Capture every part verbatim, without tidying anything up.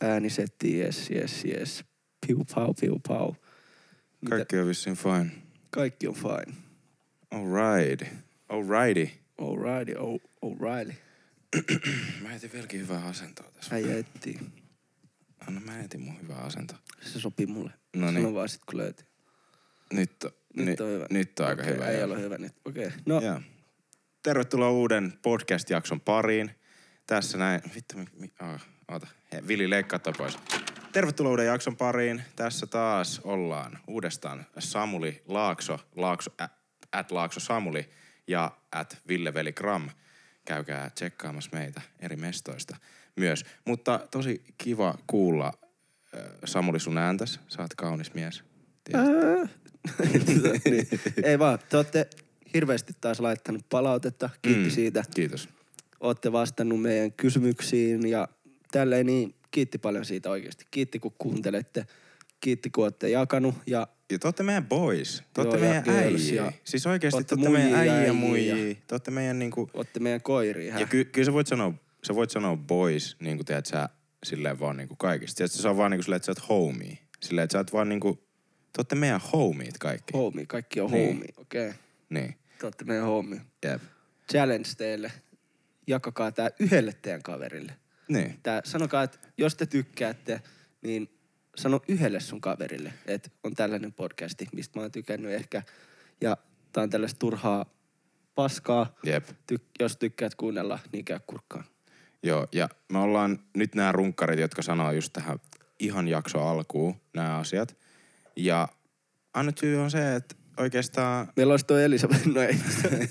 äänisetti, jes, jes, jes. Piu pau, piu pau. Mitä? Kaikki on vissiin fine. Kaikki on fine. Alright. Alrighty. Alrighty, oh, alrighty. Mä etin vieläkin hyvää asentoa tässä. Äijä etsii. Anna mä etin mun hyvää asentoa. Se sopii mulle. No niin. Sano vaan sit kun löytyy. Nyt on, Nyt on hyvä. Nyt on aika okay, hyvä. Äijällä on hyvä nyt. Okei. Okay. No. Ja. Tervetuloa uuden podcast-jakson pariin. Tässä näin. Vittu, mi, mi, oh, oota. Hei, Vili, leikkaa toi pois. Tervetuloa uuden jakson pariin. Tässä taas ollaan uudestaan Samuli Laakso, Laakso at Laakso Samuli ja at Ville Veli Gram. Käykää tsekkaamassa meitä eri mestoista myös. Mutta tosi kiva kuulla äh, Samuli sun ääntäs. Sä oot kaunis mies. niin. Ei vaan, te ootte hirveästi taas laittanut palautetta. Kiitti mm, siitä. Kiitos. Ootte vastannut meidän kysymyksiin ja tälleen niin kiitti paljon siitä oikeasti. Kiitti kun kuuntelette. Kiitti kun ootte jakanut ja... Ja te ootte meidän boys. Te ootte meidän äijä. Siis oikeesti te ootte muijia meidän äijä ja muijia. Te ootte meidän niinku... Ootte meidän koiria. Ja ky- kyllä sä voit sanoa, sä voit sanoa boys, niinku teet sä silleen vaan niinku kaikista. Tiedätkö, se on vaan niinku silleen, että sä oot homie. Silleen, että sä oot vaan niinku... Te ootte meidän homiet kaikki. Homie, kaikki on niin. homie, okei. Okay. Niin. Te ootte meidän homie. Jep. Challenge teille. Jakakaa tää yhdelle teidän kaverille. Niin. Tää, sanokaa, että jos te tykkäätte, niin sano yhdelle sun kaverille, että on tällainen podcasti, mistä mä oon tykännyt ehkä. Ja tää on tällaista turhaa paskaa. Jep. Ty- jos tykkäät kuunnella, niin käy kurkkaan. Joo, ja me ollaan nyt nämä runkkarit, jotka sanoo just tähän ihan jakso alkuun nämä asiat. Ja ainut syy on se, että oikeastaan... Meillä olisi toi Elisabeth, no ei.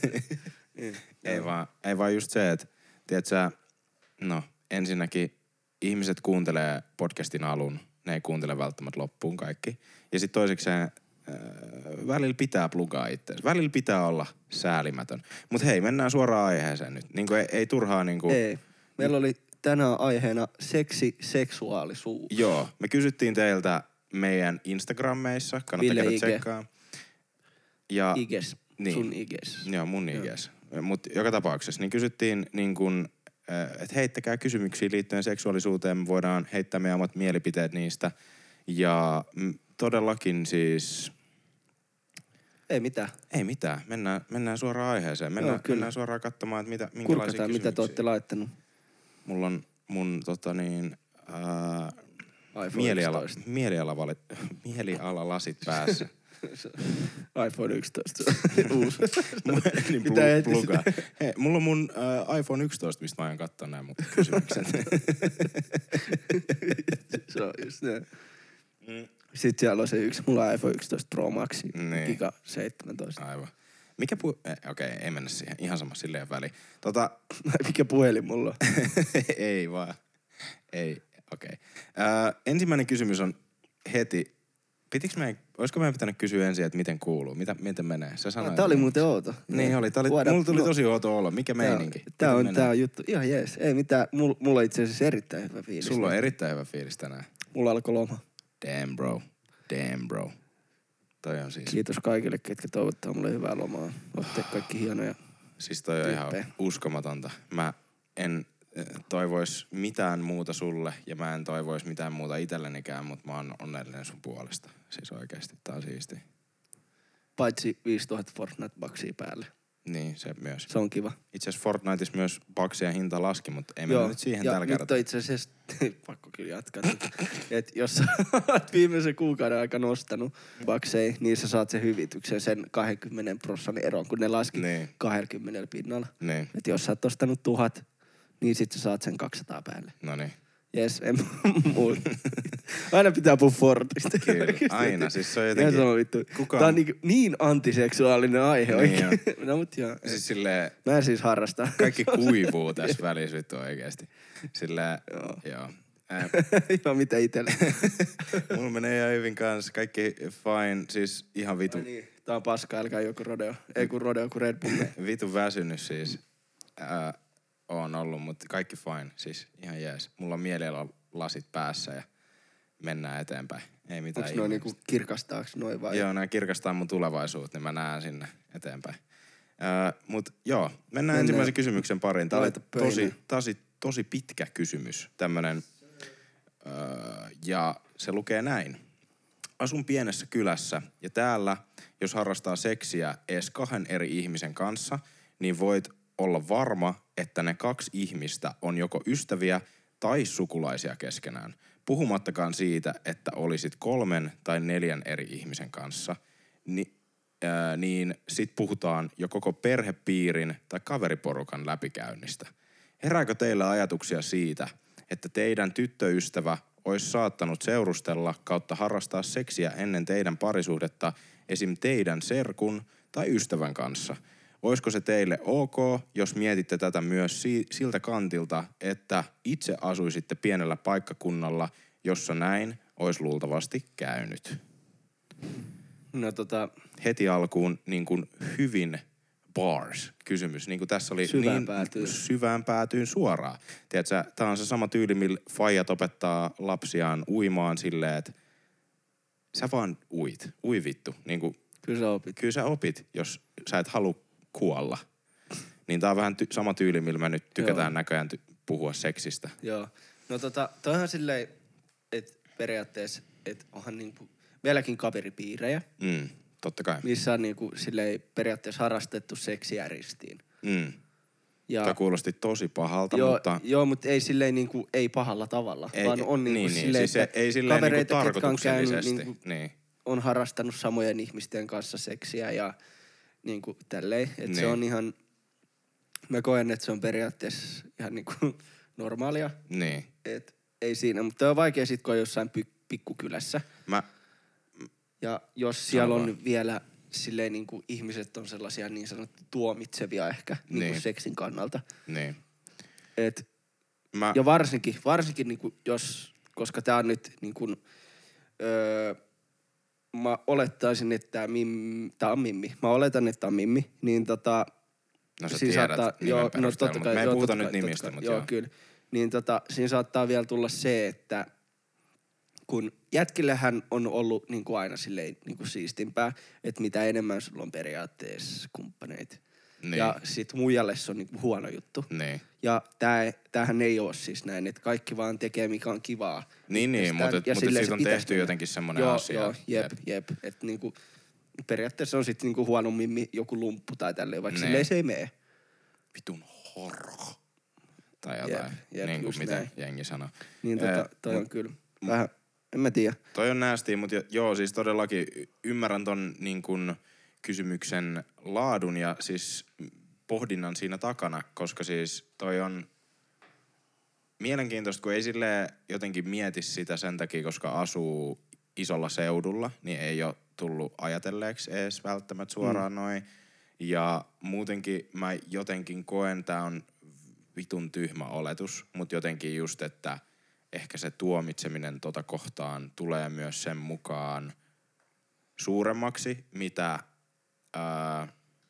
ei, vaan, ei vaan just se, että tiedät sä, no ensinnäkin ihmiset kuuntelee podcastin alun, ne ei kuuntele välttämättä loppuun kaikki. Ja sitten toisekseen äh, välillä pitää plugaa itseäsi. Välillä pitää olla säälimätön. Mut hei, mennään suoraan aiheeseen nyt. Niinku ei, ei turhaa niinku... Ei. Meillä oli tänään aiheena seksi, seksuaalisuus. Joo, me kysyttiin teiltä meidän Instagrammeissa. Kannattaa käydä tsekkaa. Ja... Iges. Niin. Sun iges. Joo, mun iges. Mutta joka tapauksessa niin kysyttiin niin kun, että heittäkää kysymyksiä liittyen seksuaalisuuteen. Me voidaan heittää meidän omat mielipiteet niistä. Ja todellakin siis... Ei mitään. Ei mitään. Mennään, mennään suoraan aiheeseen. Mennään, Joo, mennään suoraan katsomaan, että mitä, minkälaisia Kurkataan, kysymyksiä. mitä te ootte laittanut. Mulla on mun tota niin... Ää, iPhone mieliala, yksitoista. mieliala, mieliala lasit päässä. iPhone yksitoista. Uusi. niin Mitä plu- pluga. Hei, mulla on mun äh, iPhone yksitoista, mistä mä aion katsoa nämä mun kysymykset. Se on just näin. Mm. Sitten siellä on se yksi, mulla on iPhone yksitoista Pro Max, niin. Giga seitsemäntoista. Aivan. Mikä pu... Eh, Okei, okay, ei mennä siihen. Ihan sama silleen väliin. Tota... Mikä puhelin mulla on? ei vaan. Ei, okei. Okay. Äh, ensimmäinen kysymys on heti... Pitikö meidän... Olisiko meidän pitänyt kysyä ensin, että miten kuuluu? Mitä, miten menee? Sä sanoit, no, tää oli muuten outo. Niin oli. Tää oli Voidaan, mulla tuli no, tosi outo olo. Mikä meininki? Tää on, menee? tää on juttu. Ihan jees. Ei mitään. Mulla, mulla on itse asiassa erittäin hyvä fiilis. Sulla on erittäin hyvä fiilis tänään. Mulla alkoi loma. Damn bro. Damn bro. Toi on siis... Kiitos kaikille, ketkä toivottaa mulle hyvää lomaa. Ootte kaikki hienoja. Siis toi on tyyppejä. ihan uskomatonta. Mä en toivois mitään muuta sulle ja mä en toivois mitään muuta itsellenikään, mutta mä oon onnellinen sun puolesta. Siis oikeesti, tää on siisti. Paitsi viisituhatta Fortnite-baksia päälle. Niin, se myös. Se on kiva. Itse asiassa Fortniteissa myös baksien hinta laski, mutta ei mennä nyt siihen tällä kertaa. Nyt on itse asiassa, pakko kyllä jatkaa. Että jos sä oot viimeisen kuukauden aika nostanut bakseja, niin sä saat sen hyvityksen, sen kaksikymmentä prosentin eron, kun ne laski niin. kaksikymmentä pinnalla. Niin. Että jos sä oot ostanut tuhat, niin sit sä saat sen kaksisataa päälle. Noniin. Jes, en muuta. Aina pitää puhua Fortista. Kyllä, aina. Siis se on jotenkin... Sama vittu. Kukaan... Tää on niin, niin antiseksuaalinen aihe niin oikein. No mut joo. Siis silleen... Mä en siis harrasta. Kaikki kuivuu tässä välissä vittu oikeesti. Silleen... Joo. Joo. Äh. Ihan mitä itelle. Mulla menee ihan hyvin kanssa. Kaikki fine. Siis ihan vitu... Ai niin. Tää on paska, älkää joku rodeo. Ei kun rodeo, kun Red Bull. Vitu väsynyt siis. Äh, on ollut, mutta kaikki fine. Siis ihan jees. Mulla on mielialalasit päässä ja mennään eteenpäin. Ei mitään. Onks noin niinku kirkastaaks noin vai? Joo, nää kirkastaa mun tulevaisuutta, niin mä näen sinne eteenpäin. Öö, mut joo, mennään, mennään ensimmäisen kysymyksen pariin. Tää oli tosi, tosi, tosi pitkä kysymys. Tämmönen öö, ja se lukee näin. Asun pienessä kylässä ja täällä, jos harrastaa seksiä edes kahden eri ihmisen kanssa, niin voit olla varma, että ne kaksi ihmistä on joko ystäviä tai sukulaisia keskenään. Puhumattakaan siitä, että olisit kolmen tai neljän eri ihmisen kanssa, ni, ää, niin sit puhutaan jo koko perhepiirin tai kaveriporukan läpikäynnistä. Herääkö teillä ajatuksia siitä, että teidän tyttöystävä olisi saattanut seurustella kautta harrastaa seksiä ennen teidän parisuhdetta esim. Teidän serkun tai ystävän kanssa? Olisiko se teille ok, jos mietitte tätä myös si- siltä kantilta, että itse asuisitte pienellä paikkakunnalla, jossa näin olisi luultavasti käynyt? No tota... Heti alkuun niin kuin hyvin bars kysymys. Niin kuin tässä oli syvään niin päätyyn. syvään päätyyn suoraan. Tiedätkö, tää on se sama tyyli, millä faijat opettaa lapsiaan uimaan silleen, että sä vaan uit. Ui vittu. Niin kuin, Kyllä sä opit. Kyllä sä opit, jos sä et halua kuolla. Niin tää on vähän ty- sama tyyli, millä me nyt tykätään Joo. näköjään ty- puhua seksistä. Joo. No tota, toihan silleen, että periaatteessa, että onhan niinku vieläkin kaveripiirejä. Mm, totta kai. Missä on niinku silleen periaatteessa harrastettu seksiä ristiin. Mm. Ja Tämä kuulosti tosi pahalta, joo, mutta... Joo, mutta ei silleen niinku, ei pahalla tavalla. Ei, vaan on niinku niin, silleen, siis että ei silleen kavereita, niinku ketkä on käynyt, tarkoituksellisesti. niinku, niin. on harrastanut samojen ihmisten kanssa seksiä ja niinku tälleen. Että niin. se on ihan, mä koen, että se on periaatteessa ihan niinku normaalia. Niin. Et ei siinä, mutta on vaikea sit, kun on jossain py- pikkukylässä. Mä... Ja jos siellä on vielä silleen niinku ihmiset on sellaisia niin sanottu tuomitsevia ehkä niin. niinku seksin kannalta. Niin. Et, Mä... Ja varsinkin, varsinkin niinku jos, koska tää on nyt niinku, öö, mä olettaisin, että tää, mim, tää on Mimmi. Mä oletan, että tää on Mimmi, niin tota... No sä siinä tiedät saattaa, nimen joo, perusteella, no, mutta me ei joo, puhuta kai, nyt nimistä, kai, mutta joo. joo. Kyllä. Niin tota, siinä saattaa vielä tulla se, että kun jätkillähän on ollut niin kuin aina silleen niin kuin siistimpää, että mitä enemmän sulla on periaatteessa kumppaneita. Niin. Ja sit muijalle se on niin kuin huono juttu. Niin. Ja tää, tämähän ei ole siis näin, että kaikki vaan tekee mikä on kivaa. Niin, niin, mutta, mutta siitä on tehty jotenkin semmoinen joo, asia. Joo, jep, jep. Että niinku, periaatteessa on sit niinku huonommin joku lumppu tai tälleen, vaikka silleen se ei mene. Vitun horro. Tai jotain, jep, jep, niin kuin miten näin. jengi sanoo. Niin tota, toi on kyllä vähän, en mä tiedä. Toi on näästiä, mutta joo, siis todellakin ymmärrän ton niin kuin kysymyksen laadun ja siis pohdinnan siinä takana, koska siis toi on mielenkiintoista, kun ei silleen jotenkin mieti sitä sen takia, koska asuu isolla seudulla, niin ei ole tullut ajatelleeksi edes välttämättä suoraan mm. noin. Ja muutenkin mä jotenkin koen, tää on vitun tyhmä oletus, mutta jotenkin just, että ehkä se tuomitseminen tota kohtaan tulee myös sen mukaan suuremmaksi, mitä ää,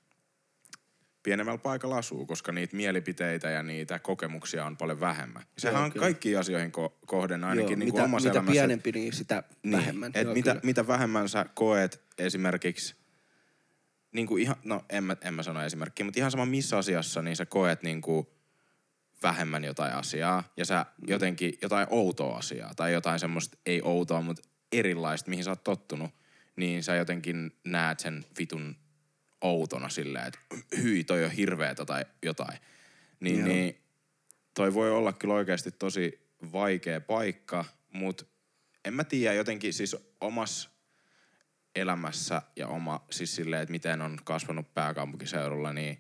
pienemmällä paikalla asuu, koska niitä mielipiteitä ja niitä kokemuksia on paljon vähemmän. Sehän joo, on kyllä. Kaikkiin asioihin ko- kohden ainakin joo, niin kuin mitä, omassa mitä elämässä. pienempi, niin sitä niin, vähemmän. Et joo, mitä, mitä vähemmän sä koet esimerkiksi, niin kuin ihan, no en mä, en mä sano esimerkkiä, mutta ihan sama missä asiassa, niin sä koet niin kuin vähemmän jotain asiaa ja sä mm. jotenkin jotain outoa asiaa tai jotain semmoista, ei outoa, mutta erilaista, mihin sä oot tottunut, niin sä jotenkin näet sen vitun outona silleen, että hyi, toi on hirveetä tai jotain. Niin, niin toi voi olla kyllä oikeasti tosi vaikea paikka, mutta en mä tiedä jotenkin siis omassa elämässä ja oma, siis silleen, että miten on kasvanut pääkaupunkiseudulla, niin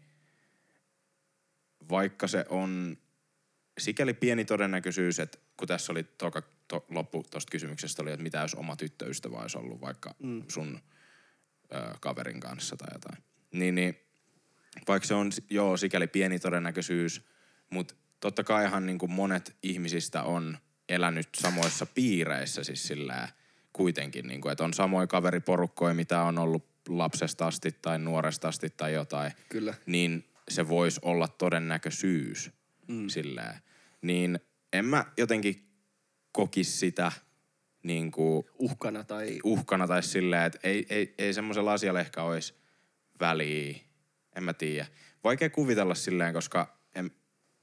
vaikka se on sikäli pieni todennäköisyys, että kun tässä oli toka, to, loppu tosta kysymyksestä oli, että mitä jos oma tyttöystävä olisi ollut vaikka mm. sun ö, kaverin kanssa tai jotain. Niin, niin vaikka se on joo sikäli pieni todennäköisyys, mutta totta kaihan niin kuin monet ihmisistä on elänyt samoissa piireissä siis sillä kuitenkin, niin kuin, että on samoja kaveriporukkoja, mitä on ollut lapsesta asti tai nuoresta asti tai jotain. Kyllä. Niin se voisi olla todennäköisyys mm. sillä. Niin en mä jotenkin kokisi sitä niin kuin uhkana tai uhkana tai silleen, että ei, ei, ei semmoisella asialla ehkä olisi väliä. En mä tiedä. Vaikea kuvitella silleen, koska en,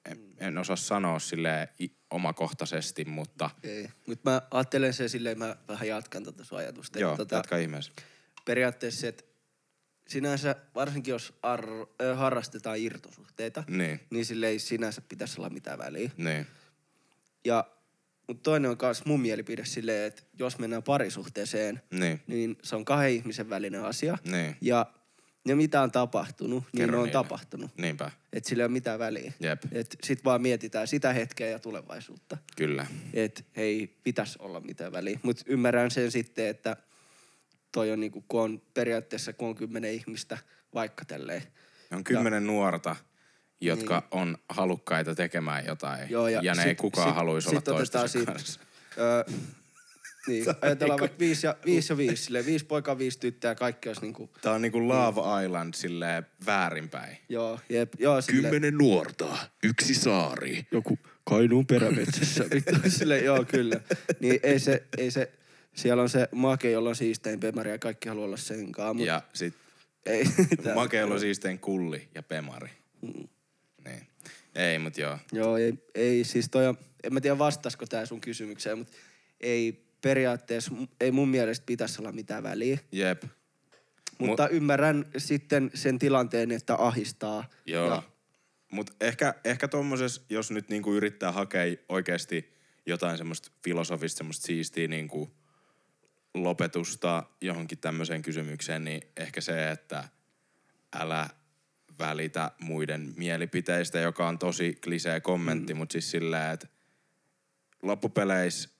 en, en osaa sanoa silleen omakohtaisesti, mutta... Ei, mutta mä ajattelen sen silleen, mä vähän jatkan tota sun ajatusta. Joo, tota, jatka ihmeessä. Periaatteessa, että sinänsä, varsinkin jos ar- äh, harrastetaan irtosuhteita, niin, niin sille ei sinänsä pitäisi olla mitään väliä. niin, Ja, mutta toinen on myös mun mielipide silleen, että jos mennään parisuhteeseen, niin, niin se on kahden ihmisen välinen asia. niin. Ja ne mitä on tapahtunut, niin Kerro ne on niille. tapahtunut. Niinpä, Että sillä ei ole mitään väliä. jep, Että sit vaan mietitään sitä hetkeä ja tulevaisuutta. kyllä. Että ei pitäisi olla mitään väliä. Mutta ymmärrän sen sitten, että toi on niinku, kun on periaatteessa, kun on kymmenen ihmistä, vaikka tälleen. On kymmenen nuorta, jotka niin. on halukkaita tekemään jotain. Joo, ja ja ne sit- ei kukaan sit- haluaisi sit olla toistensa otetaan kanssa. Öö, niin, ajatellaan vaikka viisi ja viisi, ja viisi silleen, viisi poikaa, viisi tyttöä, kaikki olisi niinku, Tää on niinku Love Island silleen väärinpäin. joo, jep, joo, silleen. Kymmenen nuorta, yksi saari. Joku Kainuun perämetsässä. Vittu, silleen, joo, kyllä. Niin ei se, ei se, siellä on se make, jolla on siistein pemari ja kaikki haluaa olla sen kanssa, mut Ja sit ei. makeilla on siistein kulli ja pemari. Mm. Niin. Ei, mut joo. Joo, ei, ei siis toi on, en mä tiedä vastasko tää sun kysymykseen, mutta ei periaatteessa, ei mun mielestä pitäisi olla mitään väliä. Jep. Mutta Mut, ymmärrän sitten sen tilanteen, että ahistaa. Joo. Ja, Mut ehkä, ehkä tommoses, jos nyt niinku yrittää hakea oikeesti jotain semmoista filosofista, semmoista siistiä niinku lopetusta johonkin tämmöiseen kysymykseen, niin ehkä se, että älä välitä muiden mielipiteistä, joka on tosi klisee kommentti, mm. mutta siis silleen, että loppupeleissä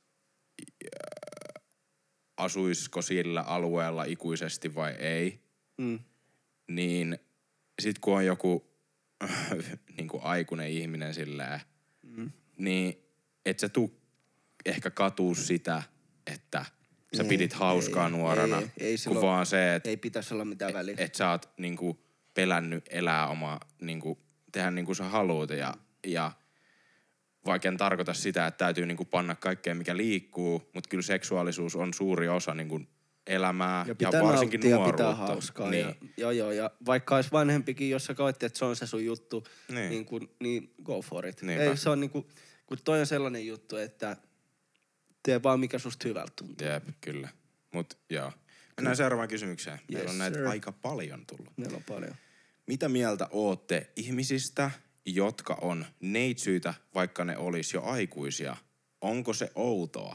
äh, asuisiko sillä alueella ikuisesti vai ei, mm, niin sit kun on joku niin kuin aikuinen ihminen silleen, mm. niin et sä tuu ehkä katuu sitä, että sä Ei, pidit hauskaa ei, nuorena, ei, ei kun silloin- vaan se, että ei pitäisi olla mitään väliä. et sä oot niinku pelännyt elää oma, niinku, tehdä niin kuin sä haluut ja, ja vaikka en tarkoita sitä, että täytyy niinku panna kaikkea mikä liikkuu, mutta kyllä seksuaalisuus on suuri osa niinku elämää ja, pitää ja varsinkin nauttia, nuoruutta. pitää hauskaa. Niin. Ja, joo, joo, ja vaikka olisi vanhempikin, jos sä koette, että se on se sun juttu, Niin. niin, niin, kun, niin go for it. Niinpä. Ei, se on niinku, kun toi on sellainen juttu, että tee vaan mikä susta hyvältä tuntuu. Jep, kyllä. Mut joo. Mennään seuraavaan kysymykseen. Meillä Yes, on näitä sir. aika paljon tullut. Meillä on paljon. Mitä mieltä ootte ihmisistä, jotka on neitsyitä, vaikka ne olis jo aikuisia? Onko se outoa?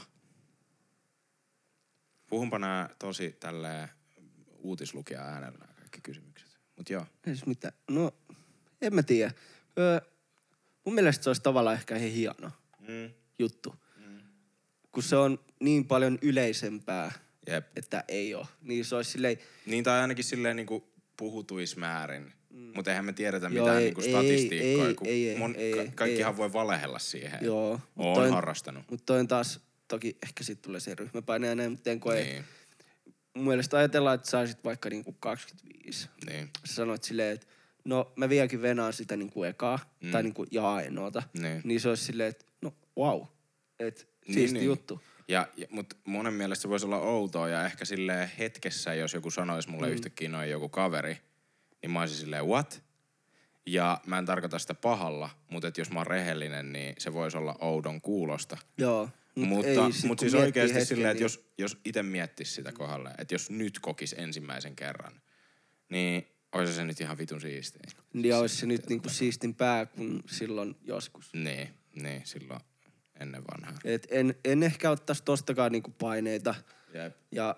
Puhunpa nää tosi tälleen uutislukija äänellä nämä kaikki kysymykset. Mut joo. Ei se mitään. No, en mä tiedä. Öö, mun mielestä se olisi tavallaan ehkä ihan hieno Mm. juttu. Mm. Kun se on niin paljon yleisempää, Jep. että ei ole. Niin se olisi silleen, Niin tai ainakin silleen niinku puhutuismäärin. Mm. Mutta eihän me tiedetä Joo, mitään ei- niinku ei- statistiikkaa. ei- kun ei- ei- mon, ei- ka- ei- kaikkihan ei. voi valehella siihen. joo. mut Oon toi on- harrastanut. Mutta toi on taas, toki ehkä sit tulee se ryhmäpaine ja näin, mutta en koe. Niin, Mun mielestä ajatellaan, että saisit vaikka niinku kaksikymmentäviisi. niin, Sä sanoit silleen, että no mä vieläkin venaan sitä niinku ekaa, Mm. mm. tai niinku ja ainoata. niin. Niin se olisi silleen, että no wow, että Niin, siisti niin. juttu. Ja, ja, mut monen mielestä se voisi olla outoa ja ehkä silleen hetkessä, jos joku sanoisi mulle mm. yhtäkkiä noin joku kaveri, niin mä olisin silleen what? Ja mä en tarkoita sitä pahalla, mutta et jos mä oon rehellinen, niin se voisi olla oudon kuulosta. Joo. Mut Mutta, ei, sit mutta kun siis miettii oikeasti hetken, silleen, että niin- jos, jos itse miettisi sitä kohdalle, että jos nyt kokis ensimmäisen kerran, niin olisi se nyt ihan vitun siistiä. Niin olisi se nyt niinku siistin pää kuin silloin joskus. Niin, niin, silloin ennen vanhaa. Et en, en ehkä ottaisi tostakaan niinku paineita Jep. ja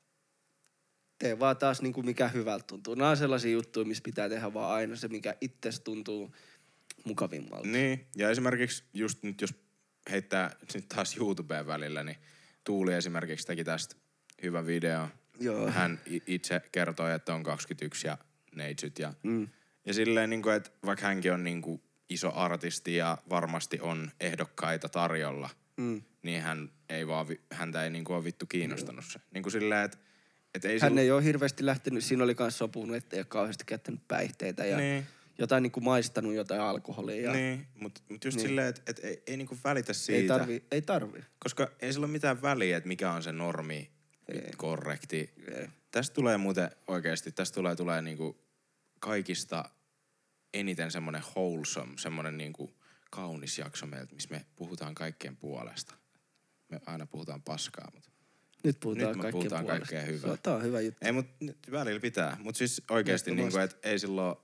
tee vaan taas niinku mikä hyvältä tuntuu. Nämä on sellaisia juttuja, missä pitää tehdä vaan aina se, mikä itsestä tuntuu mukavimmalta. Niin, ja esimerkiksi just nyt jos heittää nyt taas YouTubeen välillä, niin Tuuli esimerkiksi teki tästä hyvän video. Joo. Hän i- itse kertoi, että on kaksikymmentäyksi ja neitsyt ja, Mm. ja silleen niin kuin, että vaikka hänkin on niin kuin iso artisti ja varmasti on ehdokkaita tarjolla, Mm. niin hän ei vaan, vi- häntä ei niin kuin ole vittu kiinnostanut se. Niin kuin silleen, että, että ei Hän sillä- ei ole hirveästi lähtenyt, siinä oli kanssa sopunut, ettei ole kauheasti käyttänyt päihteitä ja Niin. jotain niinku maistanut jotain alkoholia. Ja Niin, mutta mut just Niin. silleen, että et ei, ei niinku välitä siitä. ei tarvi, ei tarvi. Koska ei sillä ole mitään väliä, että mikä on se normi, Ei. korrekti. Ei. Tästä tulee muuten oikeasti, tästä tulee, tulee niinku kaikista eniten semmoinen wholesome, semmoinen niinku kaunis jakso meiltä, missä me puhutaan kaikkien puolesta. Me aina puhutaan paskaa, mutta Nyt puhutaan nyt me kaikkien puhutaan puolesta. kaikkea hyvää. Tämä on hyvä juttu. Ei, mutta välillä pitää. Mutta siis oikeasti, niinku, että ei silloin,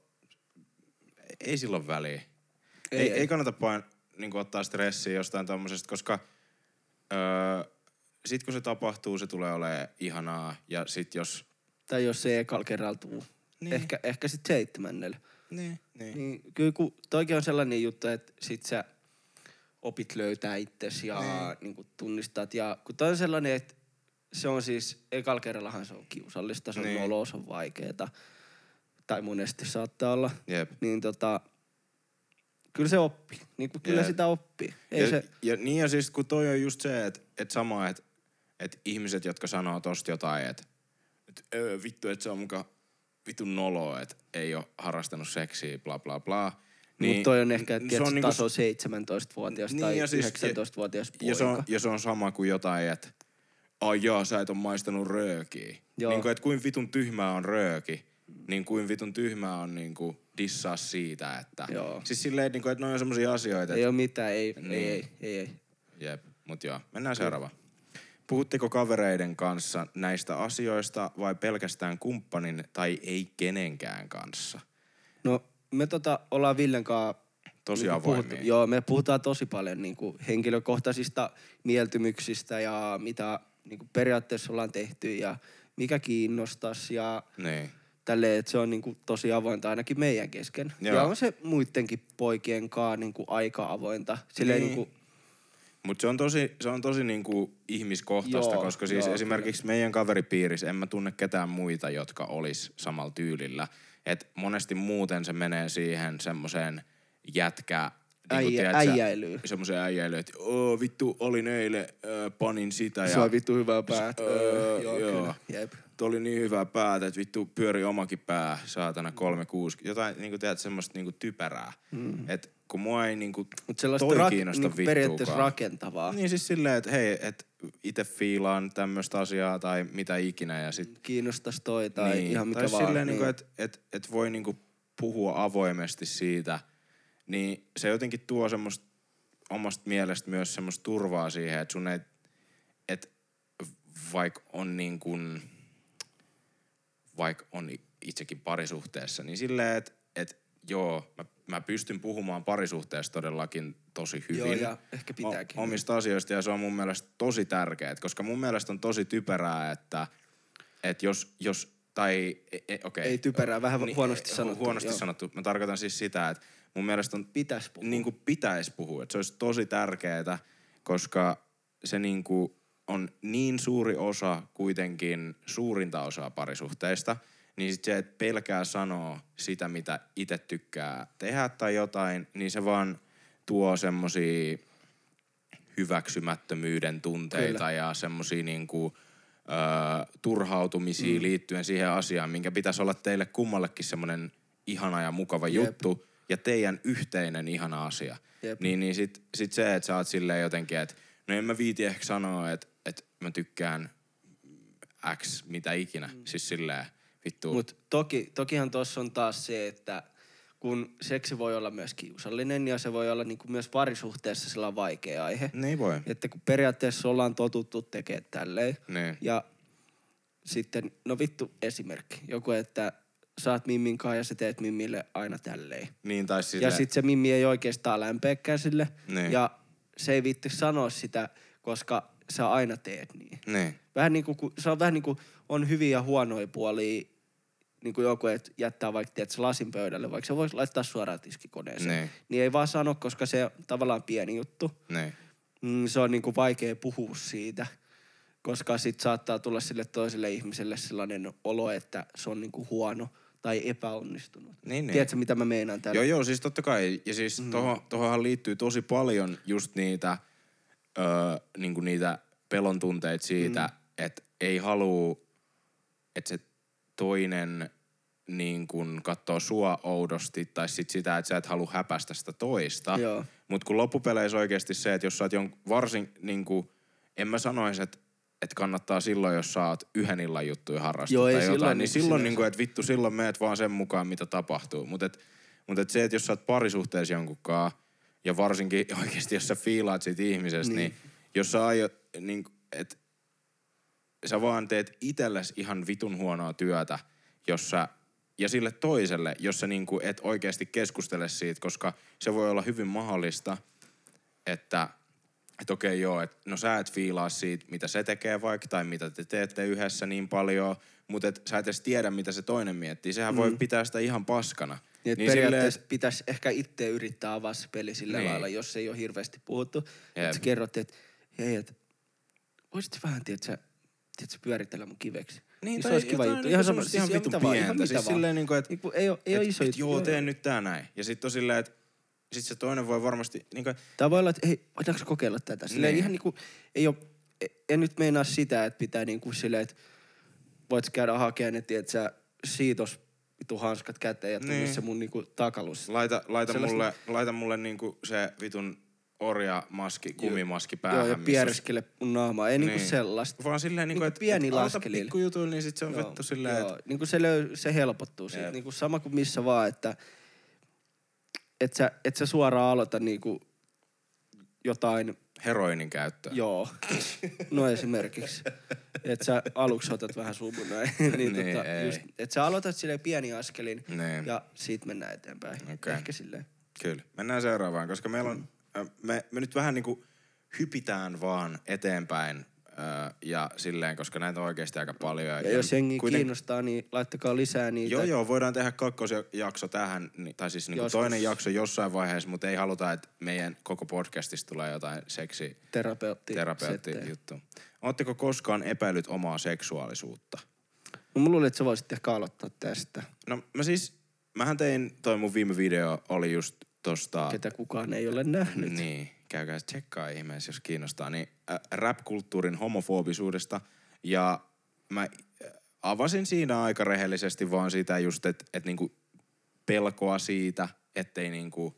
ei silloin väliä. Ei, ei, ei. ei kannata pain, niinku, ottaa stressiä jostain tommosesta, koska öö, sit kun se tapahtuu, se tulee olemaan ihanaa. Ja sit jos... Tai jos se ekalla kerralla tuu. Niin. Ehkä, ehkä sit seitsemännellä. Niin, niin. Niin, kyllä kun toikin on sellainen juttu, että sit sä opit löytää itsesi ja Niin. niin kuin tunnistat. Ja kun toi on sellainen, että se on siis, ekalla kerrallahan se on kiusallista, se on Niin. noloa, se on vaikeeta. Tai monesti saattaa olla. Jep. Niin tota, kyllä se oppii. Niin kuin kyllä Jep. sitä oppii. Ei ja, se, ja niin ja siis kun toi on just se, että et sama, että et ihmiset, jotka sanoo tosta jotain, että et, öö, vittu, että se on muka vittu noloa, että ei ole harrastanut seksiä, bla bla bla. niin, mutta toi on ehkä, että se tiedätkö, on niinku- taso seitsemäntoistavuotias Niin, tai ja siis- yhdeksäntoistavuotias poika. Ja se, on, ja se on sama kuin jotain, että ai jaa, sä et ole maistanut röökiä. Joo. Niin kuin, että kuin vitun tyhmää on rööki, niin kuin vitun tyhmää on niin kuin dissaa siitä, että... Joo. Siis silleen, niin kuin, että noi on semmosia asioita, Ei että... ole mitään, ei, Niin. ei, ei, ei, ei. Jep, mut joo, mennään seuraavaan. Puhutteko kavereiden kanssa näistä asioista vai pelkästään kumppanin tai ei kenenkään kanssa? No me tota ollaan Villen kanssa Tosi niinku avoimia. puhuttu- Joo, me puhutaan tosi paljon niinku henkilökohtaisista mieltymyksistä ja mitä niinku periaatteessa ollaan tehty ja mikä kiinnostaisi ja Niin. tälleen, että se on niinku tosi avointa ainakin meidän kesken. Joo. Ja on se muidenkin poikien kanssa niinku aika avointa. Silleen Niin. niinku, Mutta se on tosi, se on tosi niinku ihmiskohtaista, Joo, koska siis joo, esimerkiksi meidän kaveripiirissä en mä tunne ketään muita, jotka olis samalla tyylillä. Et monesti muuten se menee siihen semmoseen jätkä... Äijä- äijäilyyn. Semmoiseen äijäilyyn, että oo vittu, olin eilen, äh, panin sitä ja... se on vittu hyvää päät. Öö, joo, joo. kyllä. Jep. Tuo oli niin hyvää päätä, että vittu pyöri omakin pää, saatana kolme kuusikymmentä. Jotain niinku teet semmoista niinku typerää. Mm. Et kun mua ei niinku Mut sellaista toi rak- kiinnosta niinku vittuukaan. periaatteessa rakentavaa. Niin siis silleen, että hei, että itse fiilaan tämmöistä asiaa tai mitä ikinä ja sit... Kiinnostais toi tai niin. ihan mikä tai vaan. silleen, niin. niinku, että et, et voi niinku puhua avoimesti siitä, niin se jotenkin tuo semmoista omasta mielestä myös semmoista turvaa siihen, että sun ei... Että vaikka on niin kuin... Vaikka on itsekin parisuhteessa, niin silleen, että et, joo, mä, mä pystyn puhumaan parisuhteessa todellakin tosi hyvin. Joo, ja ehkä pitääkin. O- omista asioista, ja se on mun mielestä tosi tärkeää, koska mun mielestä on tosi typerää, että, että jos, jos tai e, e, okei. Ei typerää, vähän Niin, huonosti hu- sanottu, Huonosti joo. sanottu. Mä tarkoitan siis sitä, että mun mielestä on... Pitäis puhua. Niin kuin pitäis puhua. Että se olisi tosi tärkeää, koska se niin kuin on niin suuri osa kuitenkin suurinta osaa parisuhteista, niin sit se, että pelkää sanoa sitä, mitä itse tykkää tehdä tai jotain, niin se vaan tuo semmosia hyväksymättömyyden tunteita Kyllä. ja semmosia niinku, ö, turhautumisia mm. liittyen siihen asiaan, minkä pitäisi olla teille kummallekin semmonen ihana ja mukava Jep. juttu ja teidän yhteinen ihana asia. Jep. Niin, niin sit, sit se, että sä oot silleen jotenkin, että no en mä viiti ehkä sanoa, että, että mä tykkään X mitä ikinä. Mm. Siis silleen vittu. Mut toki, tokihan tuossa on taas se, että kun seksi voi olla myös kiusallinen ja se voi olla niinku myös parisuhteessa sillä vaikea aihe. Niin voi. Että kun periaatteessa ollaan totuttu tekemään tälleen. Niin. Ja sitten, no vittu esimerkki. Joku, että sä oot Mimmin kanssa ja sä teet Mimmille aina tälleen. Niin, tai Ja silleen. sit se Mimmi ei oikeastaan lämpeäkään sille. Niin. Ja se ei viitti sanoa sitä, koska sä aina teet niin. Niin. Vähän niinku, kun- se on vähän niinku, on hyviä ja huonoja puolia, niinku joku, että jättää vaikka tiedät, lasin pöydälle, vaikka se voisi laittaa suoraan tiskikoneeseen. Niin. Niin ei vaan sano, koska se on tavallaan pieni juttu. Niin. Mm, se on niinku vaikea puhua siitä, koska sit saattaa tulla sille toiselle ihmiselle sellainen olo, että se on niinku huono tai epäonnistunut. Niin, niin. Tiedätkö, mitä mä meinaan tällä? Joo, joo, siis totta kai. Ja siis mm. tohon, tohonhan liittyy tosi paljon just niitä, öö, niinku niitä pelon tunteita siitä, mm. että ei halua, että se toinen niin kun katsoo sua oudosti tai sit sitä, että sä et halua häpästä sitä toista. Joo. Mut kun loppupeleissä oikeasti se, että jos sä oot jon, varsin niinku, en mä sanoisi, että että kannattaa silloin, jos sä oot yhden illan juttuja harrastaa Joo, ei tai jotain, silloin niin niinku silloin sinänsä. niinku, että vittu, silloin meet vaan sen mukaan, mitä tapahtuu. Mutta et, mut et se, että jos sä oot parisuhteessa jonkunkaan, Ja varsinkin oikeasti, jos sä fiilaat siitä ihmisestä, niin, niin jos sä aiot, niin, että sä vaan teet itsellesi ihan vitun huonoa työtä, jos sä, ja sille toiselle, jos sä niinku et oikeasti keskustele siitä, koska se voi olla hyvin mahdollista, että että okei joo, että no sä et fiilaa siitä, mitä se tekee vaikka, tai mitä te teette yhdessä niin paljon, mutta et sä et edes tiedä, mitä se toinen miettii. Sehän mm. voi pitää sitä ihan paskana. Niin, niin periaatteessa silleen, pitäisi ehkä itse yrittää avaa se peli sillä niin. lailla, jos ei ole hirveästi puhuttu. Että sä kerrot, että hei, että voisit vähän, tiedätkö, tiedätkö, pyöritellä mun kiveksi. Niin, niin se olisi kiva juttu. Ihan sama, siis ihan vitun pientä. Ihan mitä siis vaan. Silleen niin kuin, että niin ei ole, ei ole iso juttu. Joo, teen nyt tää näin. Ja sit on silleen, että sit se toinen voi varmasti niin kuin... Tää voi olla, että hei, voidaanko kokeilla tätä? Silleen niin. ihan niinku, ei ole, en nyt meinaa sitä, että pitää niinku silleen, että voit käydä hakemaan, että tiedät sä siitos vitun hanskat käteen ja tuu niin. se mun niinku takalus. Laita, laita mulle, niin... laita mulle niinku se vitun orjamaski, kumimaski päähän. Joo, ja piereskele mun naamaa. Ei niin. niinku sellaista. Vaan silleen niinku, niinku pieni et laskelilla. Pikkujutuilla, niin sit se on joo, vettu silleen, joo. että... Niinku se, löy, se helpottuu siitä. Niinku sama kuin missä vaan, että... Et sä, et sä suoraan aloita niinku jotain... Heroinin käyttöä. Joo. No esimerkiksi. Että sä aluksi otat vähän sumun näin. niin, niin tota, just, että sä aloitat silleen pieni askelin niin. ja siitä mennään eteenpäin. Okay. Ehkä silleen. Kyllä. Mennään seuraavaan, koska meillä on... Mm. Me, me nyt vähän niinku hypitään vaan eteenpäin öö, ja silleen, koska näitä on oikeasti aika paljon. Ja, ja jos jengi kuiten... kiinnostaa, niin laittakaa lisää niitä. Joo, joo. Voidaan tehdä kakkosjakso tähän, tai siis niinku toinen jakso jossain vaiheessa, mutta ei haluta, että meidän koko podcastista tulee jotain seksi... Terapeutti. Terapeutti juttu. Ootteko koskaan epäillyt omaa seksuaalisuutta? No mä luulen, että sä voisit ehkä aloittaa tästä. No mä siis, mähän tein, toi mun viime video oli just tosta... Ketä kukaan ei ole nähnyt. Niin, käykää tsekkaa ihmeessä, jos kiinnostaa. Niin äh, rap-kulttuurin homofobisuudesta. Ja mä avasin siinä aika rehellisesti vaan sitä just, että et niinku pelkoa siitä, ettei niinku...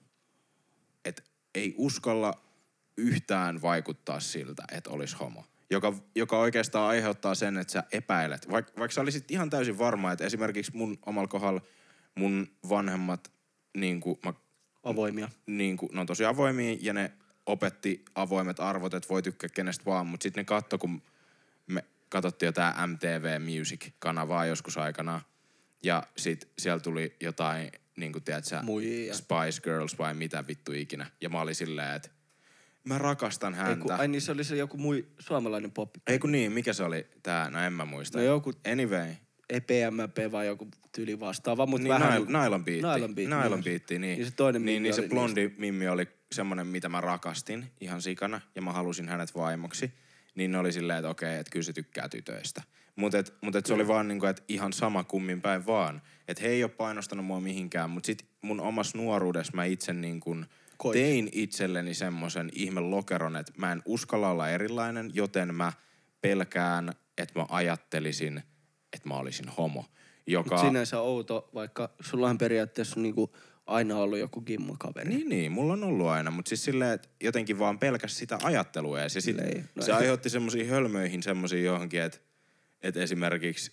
Että ei uskalla yhtään vaikuttaa siltä, että olisi homo. Joka, joka oikeastaan aiheuttaa sen, että sä epäilet. Vaik, vaikka sä olisit ihan täysin varma, että esimerkiksi mun omalla kohdalla mun vanhemmat niinku... Mä, avoimia. Niinku, ne on tosi avoimia ja ne opetti avoimet arvot, että voi tykkää kenestä vaan. Mutta sitten ne katto, kun me katsottiin jotain M T V Music-kanavaa joskus aikana. Ja sit siellä tuli jotain, niinku tiedätkö, Muijia. Spice Girls vai mitä vittu ikinä. Ja mä olin silleen, että mä rakastan häntä. Ei, kun, ai niin se oli se joku mui, suomalainen pop. Ei kun niin, mikä se oli tää? No en mä muista. No joku... Anyway. Ei P M P vaan joku tyyli vastaava, mutta niin, vähän... Nail, Nylon Beat. Nylon Beat. Nylon Beat, niin. Niin se toinen niin, niin se oli blondi niistä. mimmi oli semmonen, mitä mä rakastin ihan sikana. Ja mä halusin hänet vaimoksi. Niin ne oli silleen, että okei, että kyllä se tykkää tytöistä. Mutta et, mut et se oli vaan niinku, että ihan sama kummin päin vaan. Että he ei ole painostanut mua mihinkään. Mutta sit mun omassa nuoruudessa mä itse niinku tein itselleni semmosen ihme lokeron, että mä en uskalla olla erilainen, joten mä pelkään, että mä ajattelisin, että mä olisin homo. Joka... Mut sinänsä outo, vaikka sulla on periaatteessa niinku aina ollut joku gimmakaveri. Niin, niin, mulla on ollut aina, mutta siis silleen, että jotenkin vaan pelkäs sitä ajattelua. Ja sit ei, no se ei. aiheutti semmosia hölmöihin semmosia johonkin, että et esimerkiksi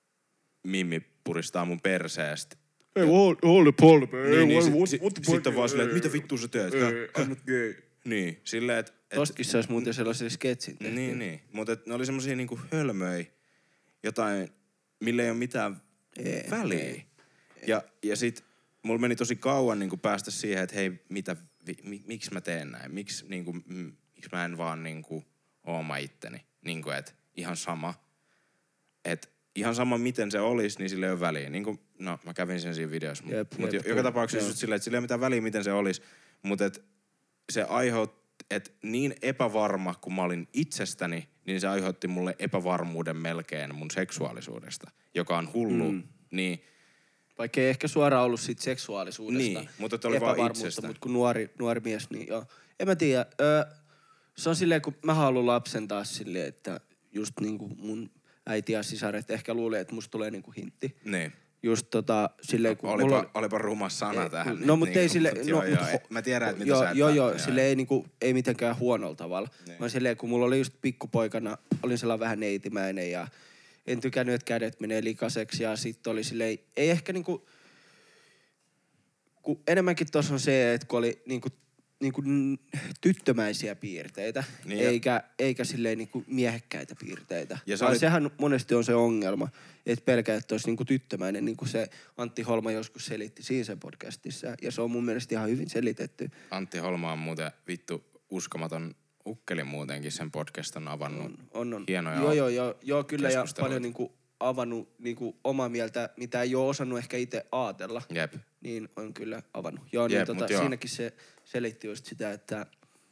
Mimmi puristaa mun perseestä. Hey, hold, hold the pole, man. Niin, niin, what, sit, what the sit, sit on vaan silleen, että mitä vittua sä teet? Hey, I'm not gay. Niin, silleen, että... Et, Tostakin se olisi muuten sellaisen sketsin tehty. niin, niin. Mutta ne oli semmosia niinku hölmöi, jotain, millä ei ole mitään ei, väliä. Ei. Ja, ja sit mulla meni tosi kauan niinku päästä siihen, että hei, mitä, vi, mi, miksi mä teen näin? Miksi niinku, m, miksi mä en vaan niinku oo mä itteni? Niinku, että ihan sama. Että ihan sama miten se olisi, niin sillä ei ole väliä. Niinku, no mä kävin sen siinä videossa. Mutta mut jep, joka tapauksessa just silleen, että sillä ei ole mitään väliä miten se olisi. Mutta et se aiheutti, että niin epävarma kuin mä olin itsestäni, niin se aiheutti mulle epävarmuuden melkein mun seksuaalisuudesta, joka on hullu. Mm. Niin... Vaikka ei ehkä suoraan ollut siitä seksuaalisuudesta. Niin, mutta oli vaan itsestä. Mutta kun nuori, nuori mies, niin joo. En mä tiedä. Öö, se on silleen, kun mä haluan lapsen taas silleen, että just niinku mun äiti ja sisaret ehkä luulee, että musta tulee niinku hintti. Niin. Just tota silleen, kun olipa, mulla... olipa ruma sana ei, tähän. No mutta niin, ei silleen... Mut, no, joo, mut, joo, mä tiedän, että mitä joo, sä et... Joo, joo, silleen ei, niinku, ei mitenkään huonolla tavalla. Niin. Vaan silleen, kun mulla oli just pikkupoikana, olin sellainen vähän neitimäinen ja en tykännyt, että kädet menee likaseksi ja sitten oli silleen... Ei ehkä niinku... Kun enemmänkin tossa on se, että kun oli niinku niinku tyttömäisiä piirteitä, niin eikä, eikä silleen niinku miehekkäitä piirteitä. Ja se oli... sehän monesti on se ongelma, että pelkää, että olisi niinku tyttömäinen, niin kuin se Antti Holma joskus selitti siinä sen podcastissa. Ja se on mun mielestä ihan hyvin selitetty. Antti Holma on muuten vittu uskomaton ukkeli muutenkin, sen podcast on avannut on, on, on. hienoja Joo, joo, joo, joo kyllä ja paljon niinku avannut niinku omaa mieltä, mitä ei ole osannut ehkä itse ajatella. Jep. Niin on kyllä avannut. Joo, Jep, niin tota, siinäkin se selitti just sitä, että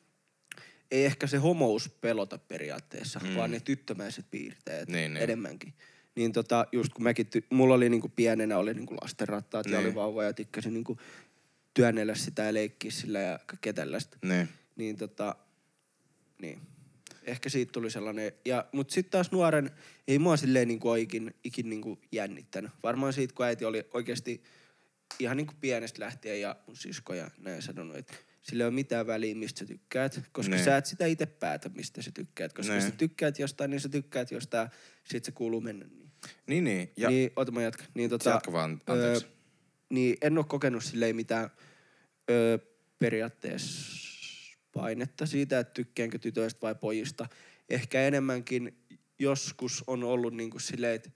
ei ehkä se homous pelota periaatteessa, mm. vaan ne tyttömäiset piirteet niin, niin. enemmänkin. Niin tota, just kun mäkin, ty- mulla oli niinku pienenä oli niinku lastenrattaat niin. ja oli vauva ja tikkasin niinku työnnellä sitä ja leikkiä sillä ja kaikkea tällaista. Niin. Niin tota, niin. Ehkä siitä tuli sellainen, ja, mut sit taas nuoren, ei mua silleen niinku ikin, ikin niinku jännittänyt. Varmaan siitä, kun äiti oli oikeesti ihan niinku pienestä lähtien ja mun sisko ja näin sanonut, että sillä ei ole mitään väliä, mistä sä tykkäät, koska ne. Sä et sitä itse päätä, mistä sä tykkäät. Koska ne. Sä tykkäät jostain, niin sä tykkäät jostain, sit se kuuluu mennä niin. Niin, niin. Ja... Niin, oota mä jatkan. Niin, tota, jatka vaan, anteeksi. Öö, niin, en oo kokenut silleen mitään öö, periaatteessa painetta siitä, että tykkäänkö tytöistä vai pojista. Ehkä enemmänkin joskus on ollut niinku silleen, että